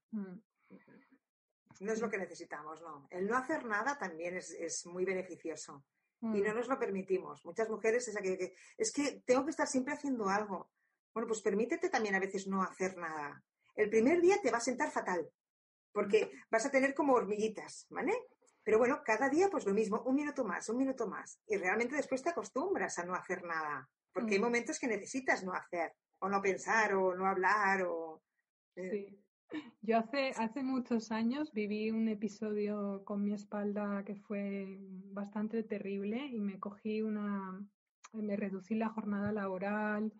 No es lo Sí. que necesitamos, no. El no hacer nada también es muy beneficioso. Y Mm, no nos lo permitimos. Muchas mujeres es que tengo que estar siempre haciendo algo. Bueno, pues permítete también a veces no hacer nada. El primer día te va a sentar fatal, mm, porque vas a tener como hormiguitas, ¿vale? Pero bueno, cada día pues lo mismo, un minuto más, un minuto más. Y realmente después te acostumbras a no hacer nada, porque hay mm, momentos que necesitas no hacer, o no pensar, o no hablar, o... sí. Yo hace muchos años viví un episodio con mi espalda que fue bastante terrible y me reducí la jornada laboral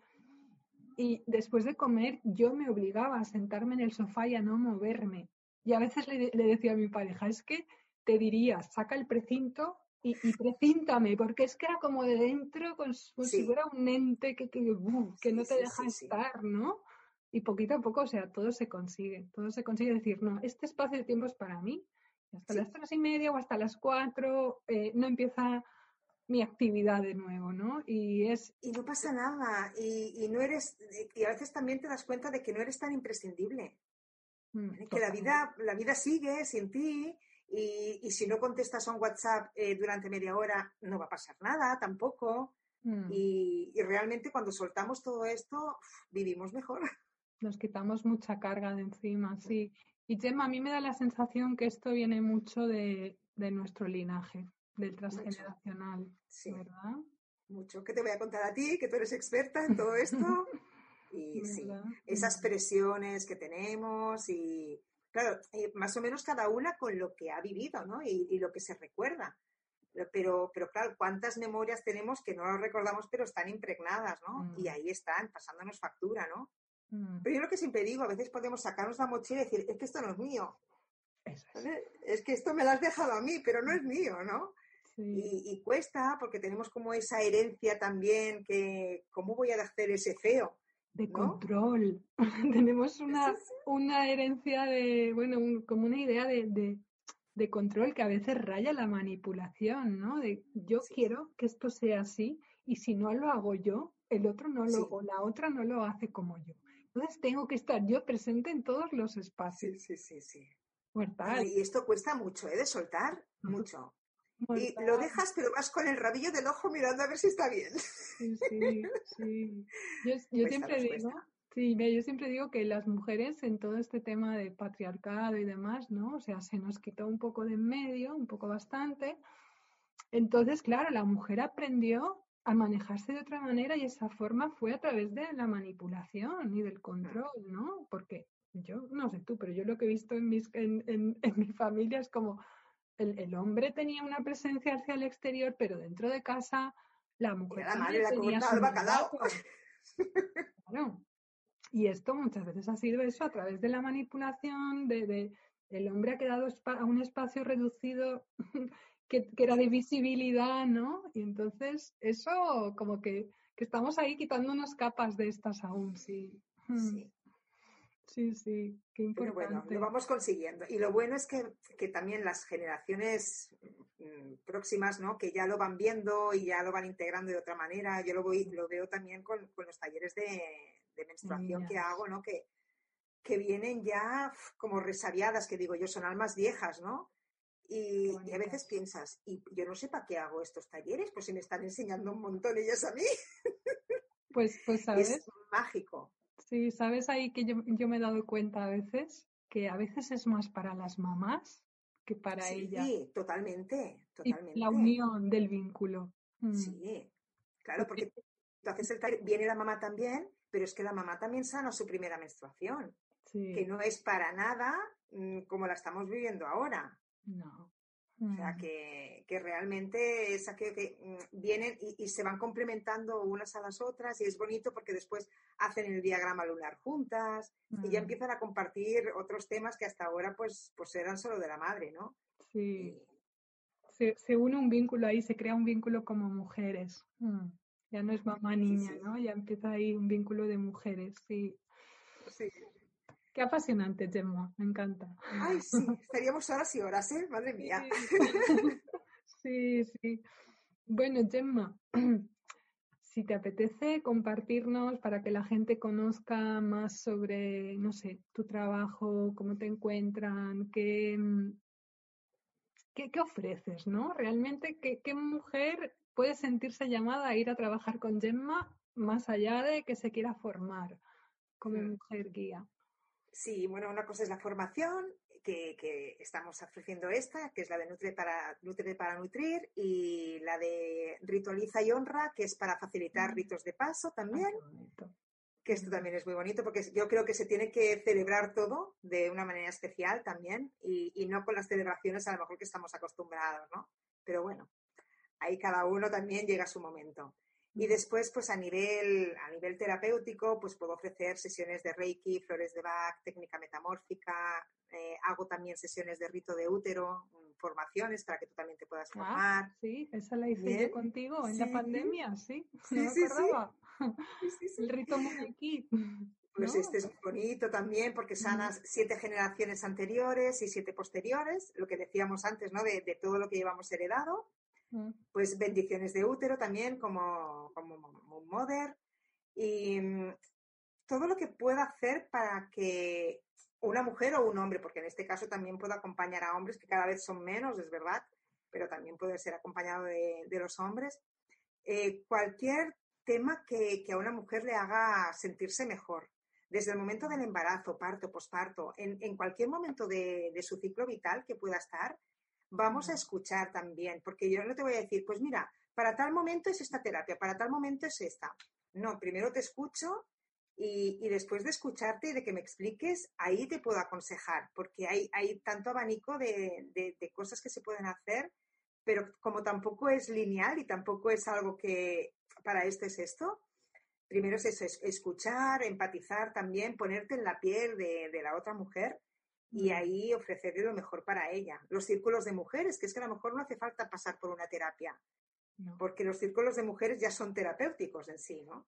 y después de comer yo me obligaba a sentarme en el sofá y a no moverme. Y a veces le decía a mi pareja, es que te diría, saca el precinto y precíntame, porque es que era como de dentro, como si Sí, fuera un ente que sí, no te sí, deja sí, sí. estar, ¿no? Y poquito a poco, o sea, todo se consigue decir, no, este espacio de tiempo es para mí. Y hasta las Sí. 3:30 o hasta las 4 no empieza mi actividad de nuevo, ¿no? Y es... Y no pasa nada. Y no eres, y a veces también te das cuenta de que no eres tan imprescindible. ¿Vale? Que Total. la vida sigue sin ti. Y si no contestas a un WhatsApp durante media hora, no va a pasar nada tampoco. Mm. Y realmente cuando soltamos todo esto, vivimos mejor. Nos quitamos mucha carga de encima, sí. Y Gemma, a mí me da la sensación que esto viene mucho de nuestro linaje, del Mucho, transgeneracional, sí, ¿verdad? mucho. ¿Qué te voy a contar a ti? Que tú eres experta en todo esto. Y sí, ¿Verdad? esas presiones que tenemos y, claro, más o menos cada una con lo que ha vivido, ¿no? Y lo que se recuerda. Pero claro, ¿cuántas memorias tenemos que no lo recordamos, pero están impregnadas, ¿no? Y Mm, ahí están, pasándonos factura, ¿no? mm. Pero yo lo que siempre digo, a veces podemos sacarnos la mochila y decir, es que esto no es mío, Eso es. ¿vale? Es que esto me lo has dejado a mí, pero no es mío, ¿no? Sí, Y cuesta porque tenemos como esa herencia también que, ¿cómo voy a hacer ese feo? de ¿No? control. Tenemos Sí, sí, una herencia de, bueno, como una idea de control que a veces raya la manipulación, ¿no? De yo sí, quiero que esto sea así y si no lo hago yo, el otro sí, o la otra no lo hace como yo. Entonces tengo que estar yo presente en todos los espacios. sí, sí, sí, sí. Bueno, Mortal, y esto cuesta mucho, ¿eh? De soltar, mucho. Y lo mortal. dejas, pero vas con el rabillo del ojo mirando a ver si está bien. Sí, sí, sí. Yo Cuesta, siempre nos digo, cuesta. sí, mira, yo siempre digo que las mujeres en todo este tema de patriarcado y demás, ¿no? O sea, se nos quitó un poco de en medio, un poco bastante. Entonces, claro, la mujer aprendió a manejarse de otra manera y esa forma fue a través de la manipulación y del Mm. control, ¿no? Porque yo, no sé tú, pero yo lo que he visto en mi familia es como el hombre tenía una presencia hacia el exterior, pero dentro de casa la mujer Era la madre también la que tenía cortaba su el bacalao. mandato. Claro. Y esto muchas veces ha sido eso a través de la manipulación, el hombre ha quedado a un espacio reducido que era de visibilidad, ¿no? Y entonces eso como que estamos ahí quitándonos capas de estas aún, sí. Sí. Sí, sí, qué Pero bueno, importante. lo vamos consiguiendo. Y lo bueno es que también las generaciones próximas, ¿no? Que ya lo van viendo y ya lo van integrando de otra manera. Yo lo veo también con los talleres de menstruación que hago, ¿no? Que vienen ya como resabiadas, que digo yo, son almas viejas, ¿no? Y a veces piensas, y yo no sé para qué hago estos talleres, pues si me están enseñando un montón ellas a mí. Pues Y ¿sabes? es mágico. Sí, ¿sabes ahí que yo me he dado cuenta a veces? Que a veces es más para las mamás que para ellas. Sí, totalmente, Y la totalmente. unión del vínculo. Sí, claro, Porque porque entonces viene la mamá también, pero es que la mamá también sana su primera menstruación, que sí, no es para nada como la estamos viviendo ahora. no. O sea, que realmente es aquello que vienen y se van complementando unas a las otras y es bonito porque después hacen el diagrama lunar juntas y ya empiezan a compartir otros temas que hasta ahora pues eran solo de la madre, ¿no? Sí, Y, se une un vínculo ahí, se crea un vínculo como mujeres. Ya no es sí, mamá-niña, sí, ¿no? Ya empieza ahí un vínculo de mujeres, sí. sí. Qué apasionante, Gemma, me encanta. Ay, sí, estaríamos horas y horas, ¿eh? Madre mía. Sí, sí, sí. Bueno, Gemma, si te apetece compartirnos para que la gente conozca más sobre, no sé, tu trabajo, cómo te encuentran, qué ofreces, ¿no? Realmente, ¿qué mujer puede sentirse llamada a ir a trabajar con Gemma más allá de que se quiera formar como mujer guía? Sí, bueno, una cosa es la formación, que estamos ofreciendo esta, que es la de Nutre para Nutrir, y la de Ritualiza y Honra, que es para facilitar ritos de paso también, Qué bonito. que esto también es muy bonito, porque yo creo que se tiene que celebrar todo de una manera especial también, y no con las celebraciones a lo mejor que estamos acostumbrados, ¿no? Pero bueno, ahí cada uno también llega a su momento. Y después, pues a nivel terapéutico, pues puedo ofrecer sesiones de Reiki, flores de Bach, técnica metamórfica, hago también sesiones de rito de útero, formaciones para que tú también te puedas Ah, formar. sí, esa la hice yo Bien, contigo en la sí, pandemia, sí, no sí, me sí, sí, acordaba. sí, sí, sí. El rito Muñequí, Pues ¿no? este es muy bonito también porque sanas 7 generaciones anteriores y 7 posteriores, lo que decíamos antes, ¿no? De todo lo que llevamos heredado. Mm, Pues bendiciones de útero también como mother y todo lo que pueda hacer para que una mujer o un hombre, porque en este caso también puedo acompañar a hombres que cada vez son menos, es verdad, pero también puede ser acompañado de los hombres, cualquier tema que a una mujer le haga sentirse mejor. Desde el momento del embarazo, parto, posparto, en cualquier momento de su ciclo vital que pueda estar, vamos a escuchar también, porque yo no te voy a decir, pues mira, para tal momento es esta terapia, para tal momento es esta. No, primero te escucho y después de escucharte y de que me expliques, ahí te puedo aconsejar, porque hay tanto abanico de cosas que se pueden hacer, pero como tampoco es lineal y tampoco es algo que para esto es esto, primero es eso, es escuchar, empatizar también, ponerte en la piel de la otra mujer y ahí ofrecerle lo mejor para ella. Los círculos de mujeres, que es que a lo mejor no hace falta pasar por una terapia, no. porque los círculos de mujeres ya son terapéuticos en sí, ¿no?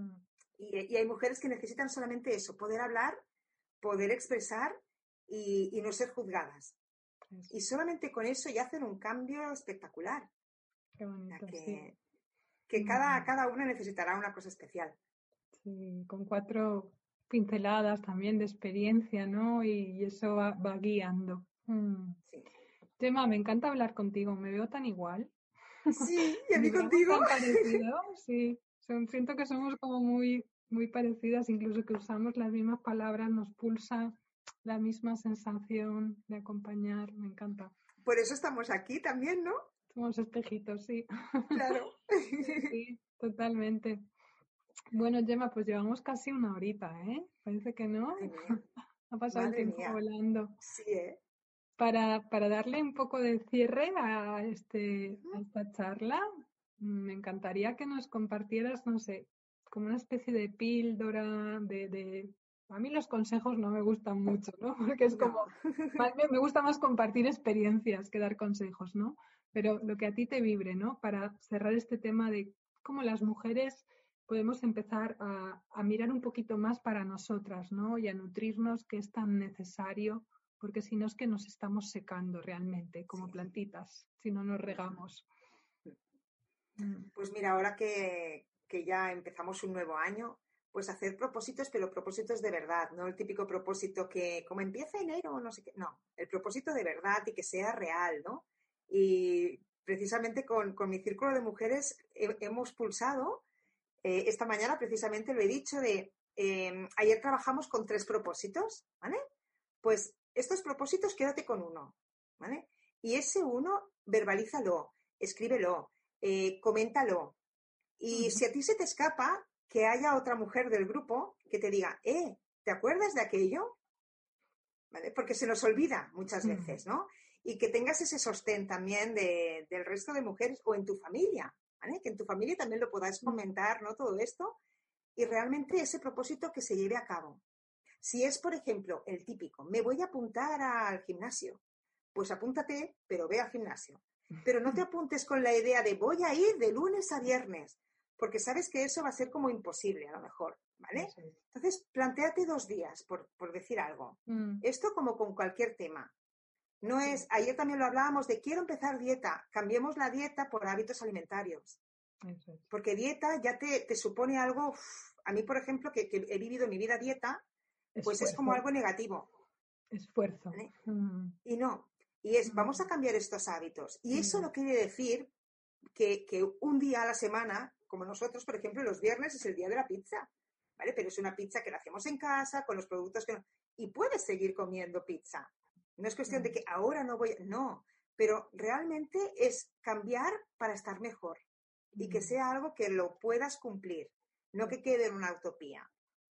Y hay mujeres que necesitan solamente eso, poder hablar, poder expresar y no ser juzgadas. Eso. Y solamente con eso ya hacen un cambio espectacular. Qué bonito, sí. Que cada una necesitará una cosa especial. Sí, con 4 pinceladas también de experiencia, ¿no? Y eso va guiando. Sí. Gemma, me encanta hablar contigo, me veo tan igual. Sí, y a mí Vibramos contigo. tan parecido, sí. Siento que somos como muy, muy parecidas, incluso que usamos las mismas palabras, nos pulsa la misma sensación de acompañar, me encanta. Por eso estamos aquí también, ¿no? Somos espejitos, sí. Claro. Sí, sí, totalmente. Bueno, Gemma, pues llevamos casi una horita, ¿eh? Parece que no. Madre mía, Ha pasado el madre tiempo mía. volando. Sí, ¿eh? para darle un poco de cierre a esta charla, me encantaría que nos compartieras, no sé, como una especie de píldora A mí los consejos no me gustan mucho, ¿no? Porque es como, me gusta más compartir experiencias que dar consejos, ¿no? Pero lo que a ti te vibre, ¿no? Para cerrar este tema de cómo las mujeres podemos empezar a mirar un poquito más para nosotras, ¿no? Y a nutrirnos, que es tan necesario, porque si no es que nos estamos secando realmente, como Sí. plantitas, si no nos regamos. Pues mira, ahora que ya empezamos un nuevo año, pues hacer propósitos, pero propósitos de verdad, no el típico propósito que como empieza enero, no sé qué, no, el propósito de verdad y que sea real, ¿no? Y precisamente con mi círculo de mujeres hemos pulsado, esta mañana precisamente lo he dicho, ayer trabajamos con 3 propósitos, ¿vale? Pues estos propósitos quédate con uno, ¿vale? Y ese uno verbalízalo, escríbelo, coméntalo. Y si a ti se te escapa, que haya otra mujer del grupo que te diga, ¿te acuerdas de aquello? ¿Vale? Porque se nos olvida muchas veces, ¿no? Y que tengas ese sostén también del resto de mujeres o en tu familia, ¿vale? Que en tu familia también lo podáis comentar, ¿no? Todo esto. Y realmente ese propósito que se lleve a cabo. Si es, por ejemplo, el típico, me voy a apuntar al gimnasio, pues apúntate, pero ve al gimnasio. Pero no te apuntes con la idea de voy a ir de lunes a viernes, porque sabes que eso va a ser como imposible a lo mejor, ¿vale? Entonces, plantéate 2 días, por decir algo. Esto como con cualquier tema. No es, ayer también lo hablábamos de quiero empezar dieta, cambiemos la dieta por hábitos alimentarios. Porque dieta ya te supone algo, a mí por ejemplo, que he vivido mi vida dieta, pues Esfuerzo. es como algo negativo. Esfuerzo. ¿Vale? Y no, y es, vamos a cambiar estos hábitos. Y eso no quiere decir que un día a la semana, como nosotros, por ejemplo, los viernes es el día de la pizza, ¿vale? Pero es una pizza que la hacemos en casa, con los productos que no... Y puedes seguir comiendo pizza. No es cuestión de que ahora no voy... No, pero realmente es cambiar para estar mejor. Y que sea algo que lo puedas cumplir, no que quede en una utopía.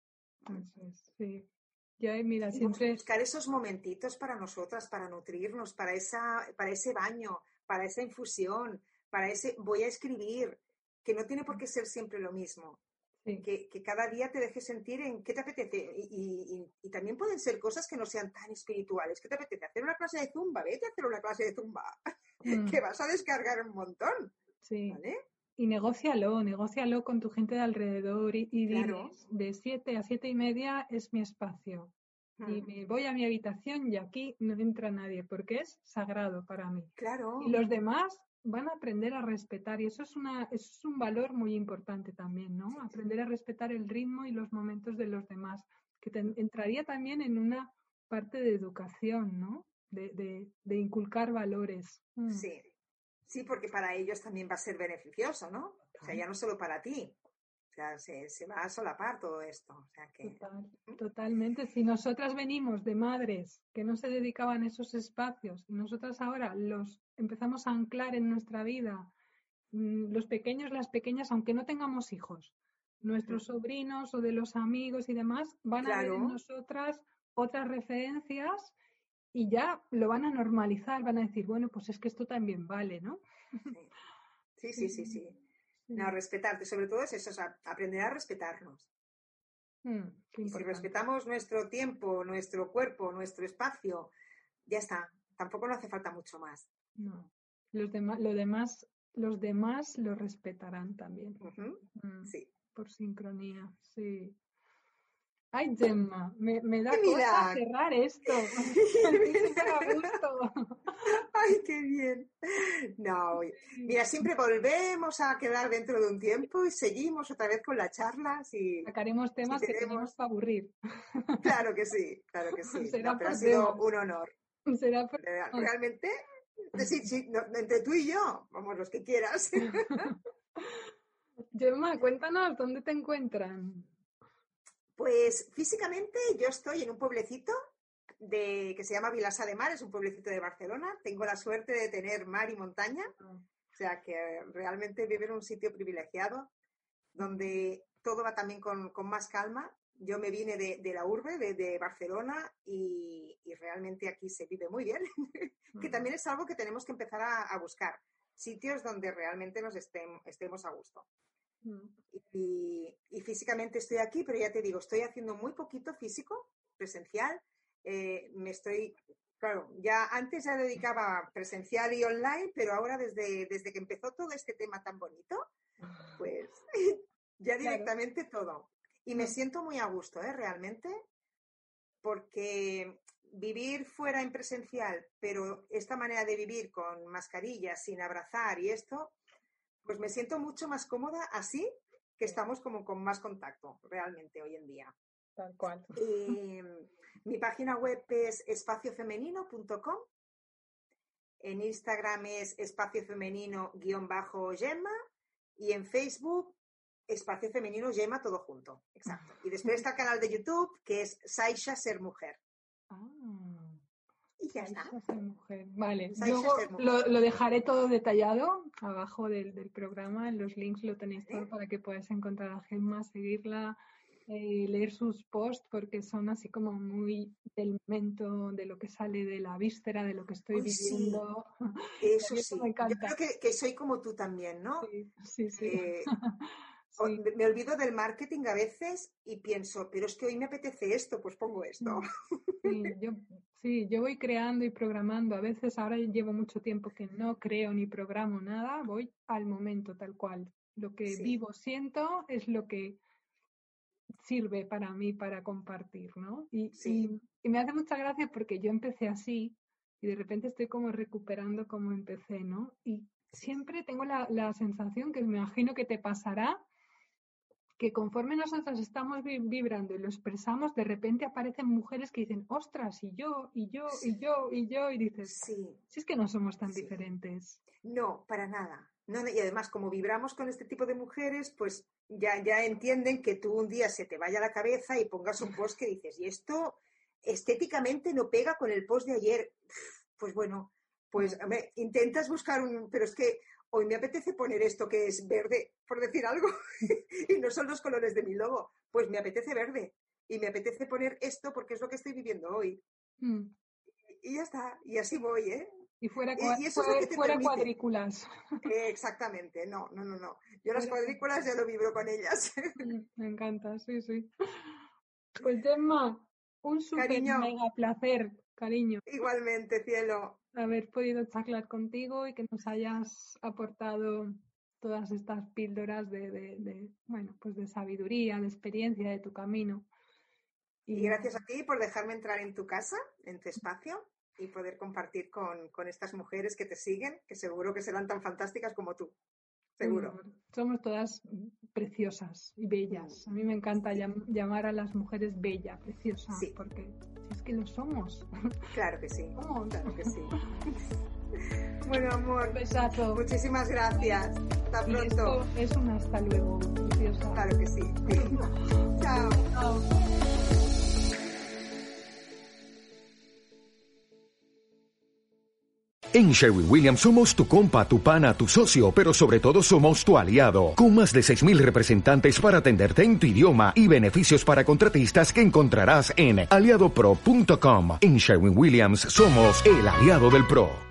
Eso es, sí. Ya, mira, Y siempre... buscar esos momentitos para nosotras, para nutrirnos, para ese baño, para esa infusión, para ese voy a escribir, que no tiene por qué ser siempre lo mismo. Sí. Que cada día te dejes sentir en qué te apetece. Y también pueden ser cosas que no sean tan espirituales. ¿Qué te apetece? ¿Hacer una clase de zumba? Vete a hacer una clase de zumba. Que vas a descargar un montón. Sí. ¿Vale? Y negócialo con tu gente de alrededor y Claro. diles, de 7 a 7:30 es mi espacio. Y me voy a mi habitación y aquí no entra nadie porque es sagrado para mí. Claro. Y los demás van a aprender a respetar y eso es un valor muy importante también, ¿no? Sí. Aprender a respetar el ritmo y los momentos de los demás, que entraría también en una parte de educación, ¿no? De inculcar valores. Sí. Sí, porque para ellos también va a ser beneficioso, ¿no? O sea, ya no solo para ti. O sea, se va a solapar todo esto. O sea que... Totalmente. Si nosotras venimos de madres que no se dedicaban a esos espacios y nosotras ahora los empezamos a anclar en nuestra vida, los pequeños, las pequeñas, aunque no tengamos hijos, nuestros sobrinos o de los amigos y demás, van a ver en nosotras otras referencias y ya lo van a normalizar, van a decir, bueno, pues es que esto también vale, ¿no? Sí. No, respetarte, sobre todo es eso, o sea, aprender a respetarnos. Y si respetamos nuestro tiempo, nuestro cuerpo, nuestro espacio, ya está. Tampoco no hace falta mucho más. No. Los demás lo respetarán también. Sí. Por sincronía, sí. Ay, Gemma, me da Mira. cosa cerrar esto. Estoy súper a gusto. Ay, qué bien. No, mira, siempre volvemos a quedar dentro de un tiempo y seguimos otra vez con las charlas y sacaremos temas que tenemos para aburrir. Claro que sí, claro que sí. Será No, pero por ha sido temas. un honor. Será por... Realmente, sí, no, entre tú y yo, vamos, los que quieras. Gemma, cuéntanos, ¿dónde te encuentran? Pues físicamente yo estoy en un pueblecito que se llama Vilassar de Mar, es un pueblecito de Barcelona. Tengo la suerte de tener mar y montaña, o sea que realmente vivo en un sitio privilegiado donde todo va también con más calma Yo me vine de la urbe, de Barcelona, y realmente aquí se vive muy bien, que también es algo que tenemos que empezar a buscar, sitios donde realmente nos estemos a gusto. Y físicamente estoy aquí, pero ya te digo, estoy haciendo muy poquito físico, presencial. Claro, ya antes ya dedicaba presencial y online, pero ahora desde que empezó todo este tema tan bonito, pues ya directamente todo. Y me siento muy a gusto, realmente, porque vivir fuera en presencial, pero esta manera de vivir con mascarillas, sin abrazar y esto, pues me siento mucho más cómoda así, que estamos como con más contacto realmente hoy en día. Tal cual. Mi página web es espaciofemenino.com. En Instagram es espaciofemenino_Gemma y en Facebook Espacio Femenino Gemma, todo junto. Exacto. Y después está el canal de YouTube que es Saisha Ser Mujer. Y ya está. Ser Mujer. Vale, Saisha yo Ser Mujer. lo dejaré todo detallado abajo del programa. En los links lo tenéis todo para que podáis encontrar a Gemma, seguirla, leer sus posts, porque son así como muy del momento, de lo que sale de la víscera, de lo que estoy viviendo. Sí. Eso sí. Me encanta. Yo creo que soy como tú también, ¿no? Sí. Sí. Me olvido del marketing a veces y pienso, pero es que hoy me apetece esto, pues pongo esto. Yo voy creando y programando. A veces ahora llevo mucho tiempo que no creo ni programo nada, voy al momento tal cual. Lo que vivo, siento, es lo que sirve para mí para compartir, ¿no? Y me hace mucha gracia porque yo empecé así y de repente estoy como recuperando como empecé, ¿no? Y siempre tengo la sensación, que me imagino que te pasará, que conforme nosotros estamos vibrando y lo expresamos, de repente aparecen mujeres que dicen, ostras, y yo, y dices, si es que no somos tan diferentes. No, para nada. No, y además, como vibramos con este tipo de mujeres, pues ya entienden que tú un día se te vaya la cabeza y pongas un post que dices, y esto estéticamente no pega con el post de ayer. Pues bueno, pues intentas buscar pero es que hoy me apetece poner esto que es verde, por decir algo, y no son los colores de mi logo, pues me apetece verde, y me apetece poner esto porque es lo que estoy viviendo hoy. Y ya está, y así voy, ¿eh? Y fuera fuera cuadrículas. Exactamente, no. Yo las cuadrículas ya lo vibro con ellas. Me encanta, sí. Pues Gemma, un súper mega placer, cariño. Igualmente, cielo. Haber podido charlar contigo y que nos hayas aportado todas estas píldoras de sabiduría, de experiencia, de tu camino. Y gracias a ti por dejarme entrar en tu casa, en tu espacio, y poder compartir con estas mujeres que te siguen, que seguro que serán tan fantásticas como tú. Seguro. Somos todas preciosas y bellas. A mí me encanta llamar a las mujeres bella, preciosa, porque si es que lo somos. Claro que sí. ¿Cómo? Claro que sí. Bueno, amor. Un besazo. Muchísimas gracias. Hasta pronto. Esto es un hasta luego, preciosa. Claro que sí. Chao. Chao. En Sherwin-Williams somos tu compa, tu pana, tu socio, pero sobre todo somos tu aliado, con más de 6,000 representantes para atenderte en tu idioma y beneficios para contratistas que encontrarás en aliadopro.com. En Sherwin-Williams somos el aliado del pro.